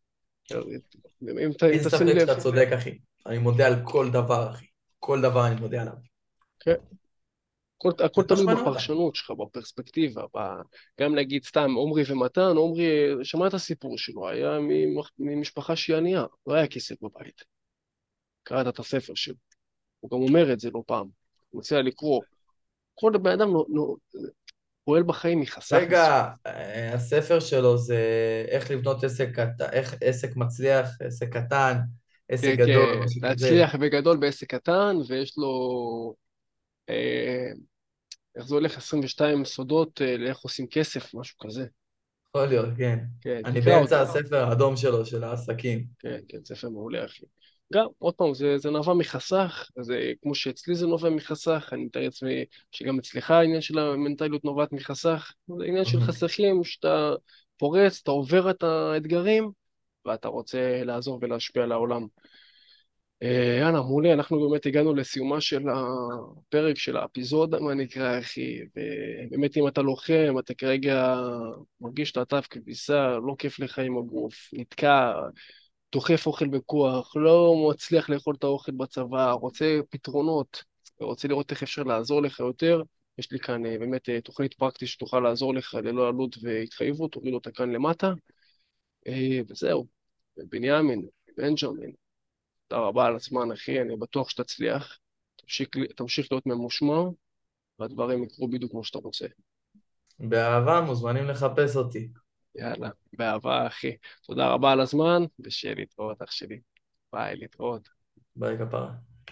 אם ת- אם אין תשים ספק לב, שאתה צודק, אחי. אני מודה על כל דבר, אחי. כל דבר אני מודה עליו. כן, הכל, הכל זה מה תלוי שמעניין אותנו. בפרשנות שלך, בפרספקטיבה. ב... גם נגיד סתם עומרי ומתן, עומרי, שמע את הסיפור שלו, היה ממח- ממשפחה שהיא ענייה, לא היה כסף בבית. קראת את הספר שלו. הוא גם אומר את זה לא פעם. הוא מציע לקרוא. כל בן אדם נו- נו- פועל בחיים מחסך מסוים. רגע, אה, הספר שלו זה איך לבנות עסק, קט- איך עסק מצליח, עסק קטן, עסק כן, גדול, כן, משהו כזה. להצליח בגדול בעסק קטן, ויש לו, אה, איך זה הולך, עשרים ושתיים סודות אה, לאיך עושים כסף, משהו כזה. יכול להיות, כן. כן, אני תקרא באמצע אותו. הספר האדום שלו, של העסקים. כן, כן, ספר מעולה, אחי. גם, עוד פעם, זה, זה נבע מחסך, זה כמו שאצלי זה נובע מחסך, אני מתאר לעצמי שגם אצלך העניין של המנטליות נובעת מחסך. זה עניין של מהמם. חסכים, שאתה פורץ, אתה עובר את האתגרים, ואתה רוצה לעזור ולהשפיע על העולם. אה, יאללה, מעולה, אנחנו באמת הגענו לסיומה של הפרק של האפיזודה, מה נקרא, אחי, ובאמת אם אתה לוחם, אתה כרגע מרגיש שאתה עטף כביסה, לא כיף לך עם הגוף, נתקע, דוחף אוכל בכוח, לא מצליח לאכול את האוכל בצבא, רוצה פתרונות, רוצה לראות איך אפשר לעזור לך יותר, יש לי כאן אה, באמת אה, תוכנית פרקטית שתוכל לעזור לך ללא עלות והתחייבות, תוריד אותה כאן למטה, אה, וזהו, בנימין, בנג'מין. תודה רבה על הזמן, אחי, אני בטוח שתצליח. תמשיך, תמשיך להיות ממושמע, והדברים יקרו בדיוק כמו שאתה רוצה. באהבה, מוזמנים לחפש אותי. יאללה, באהבה, אחי. תודה רבה על הזמן, ושיהיה להתראות, אח שלי. ביי, להתראות. ביי כפרה.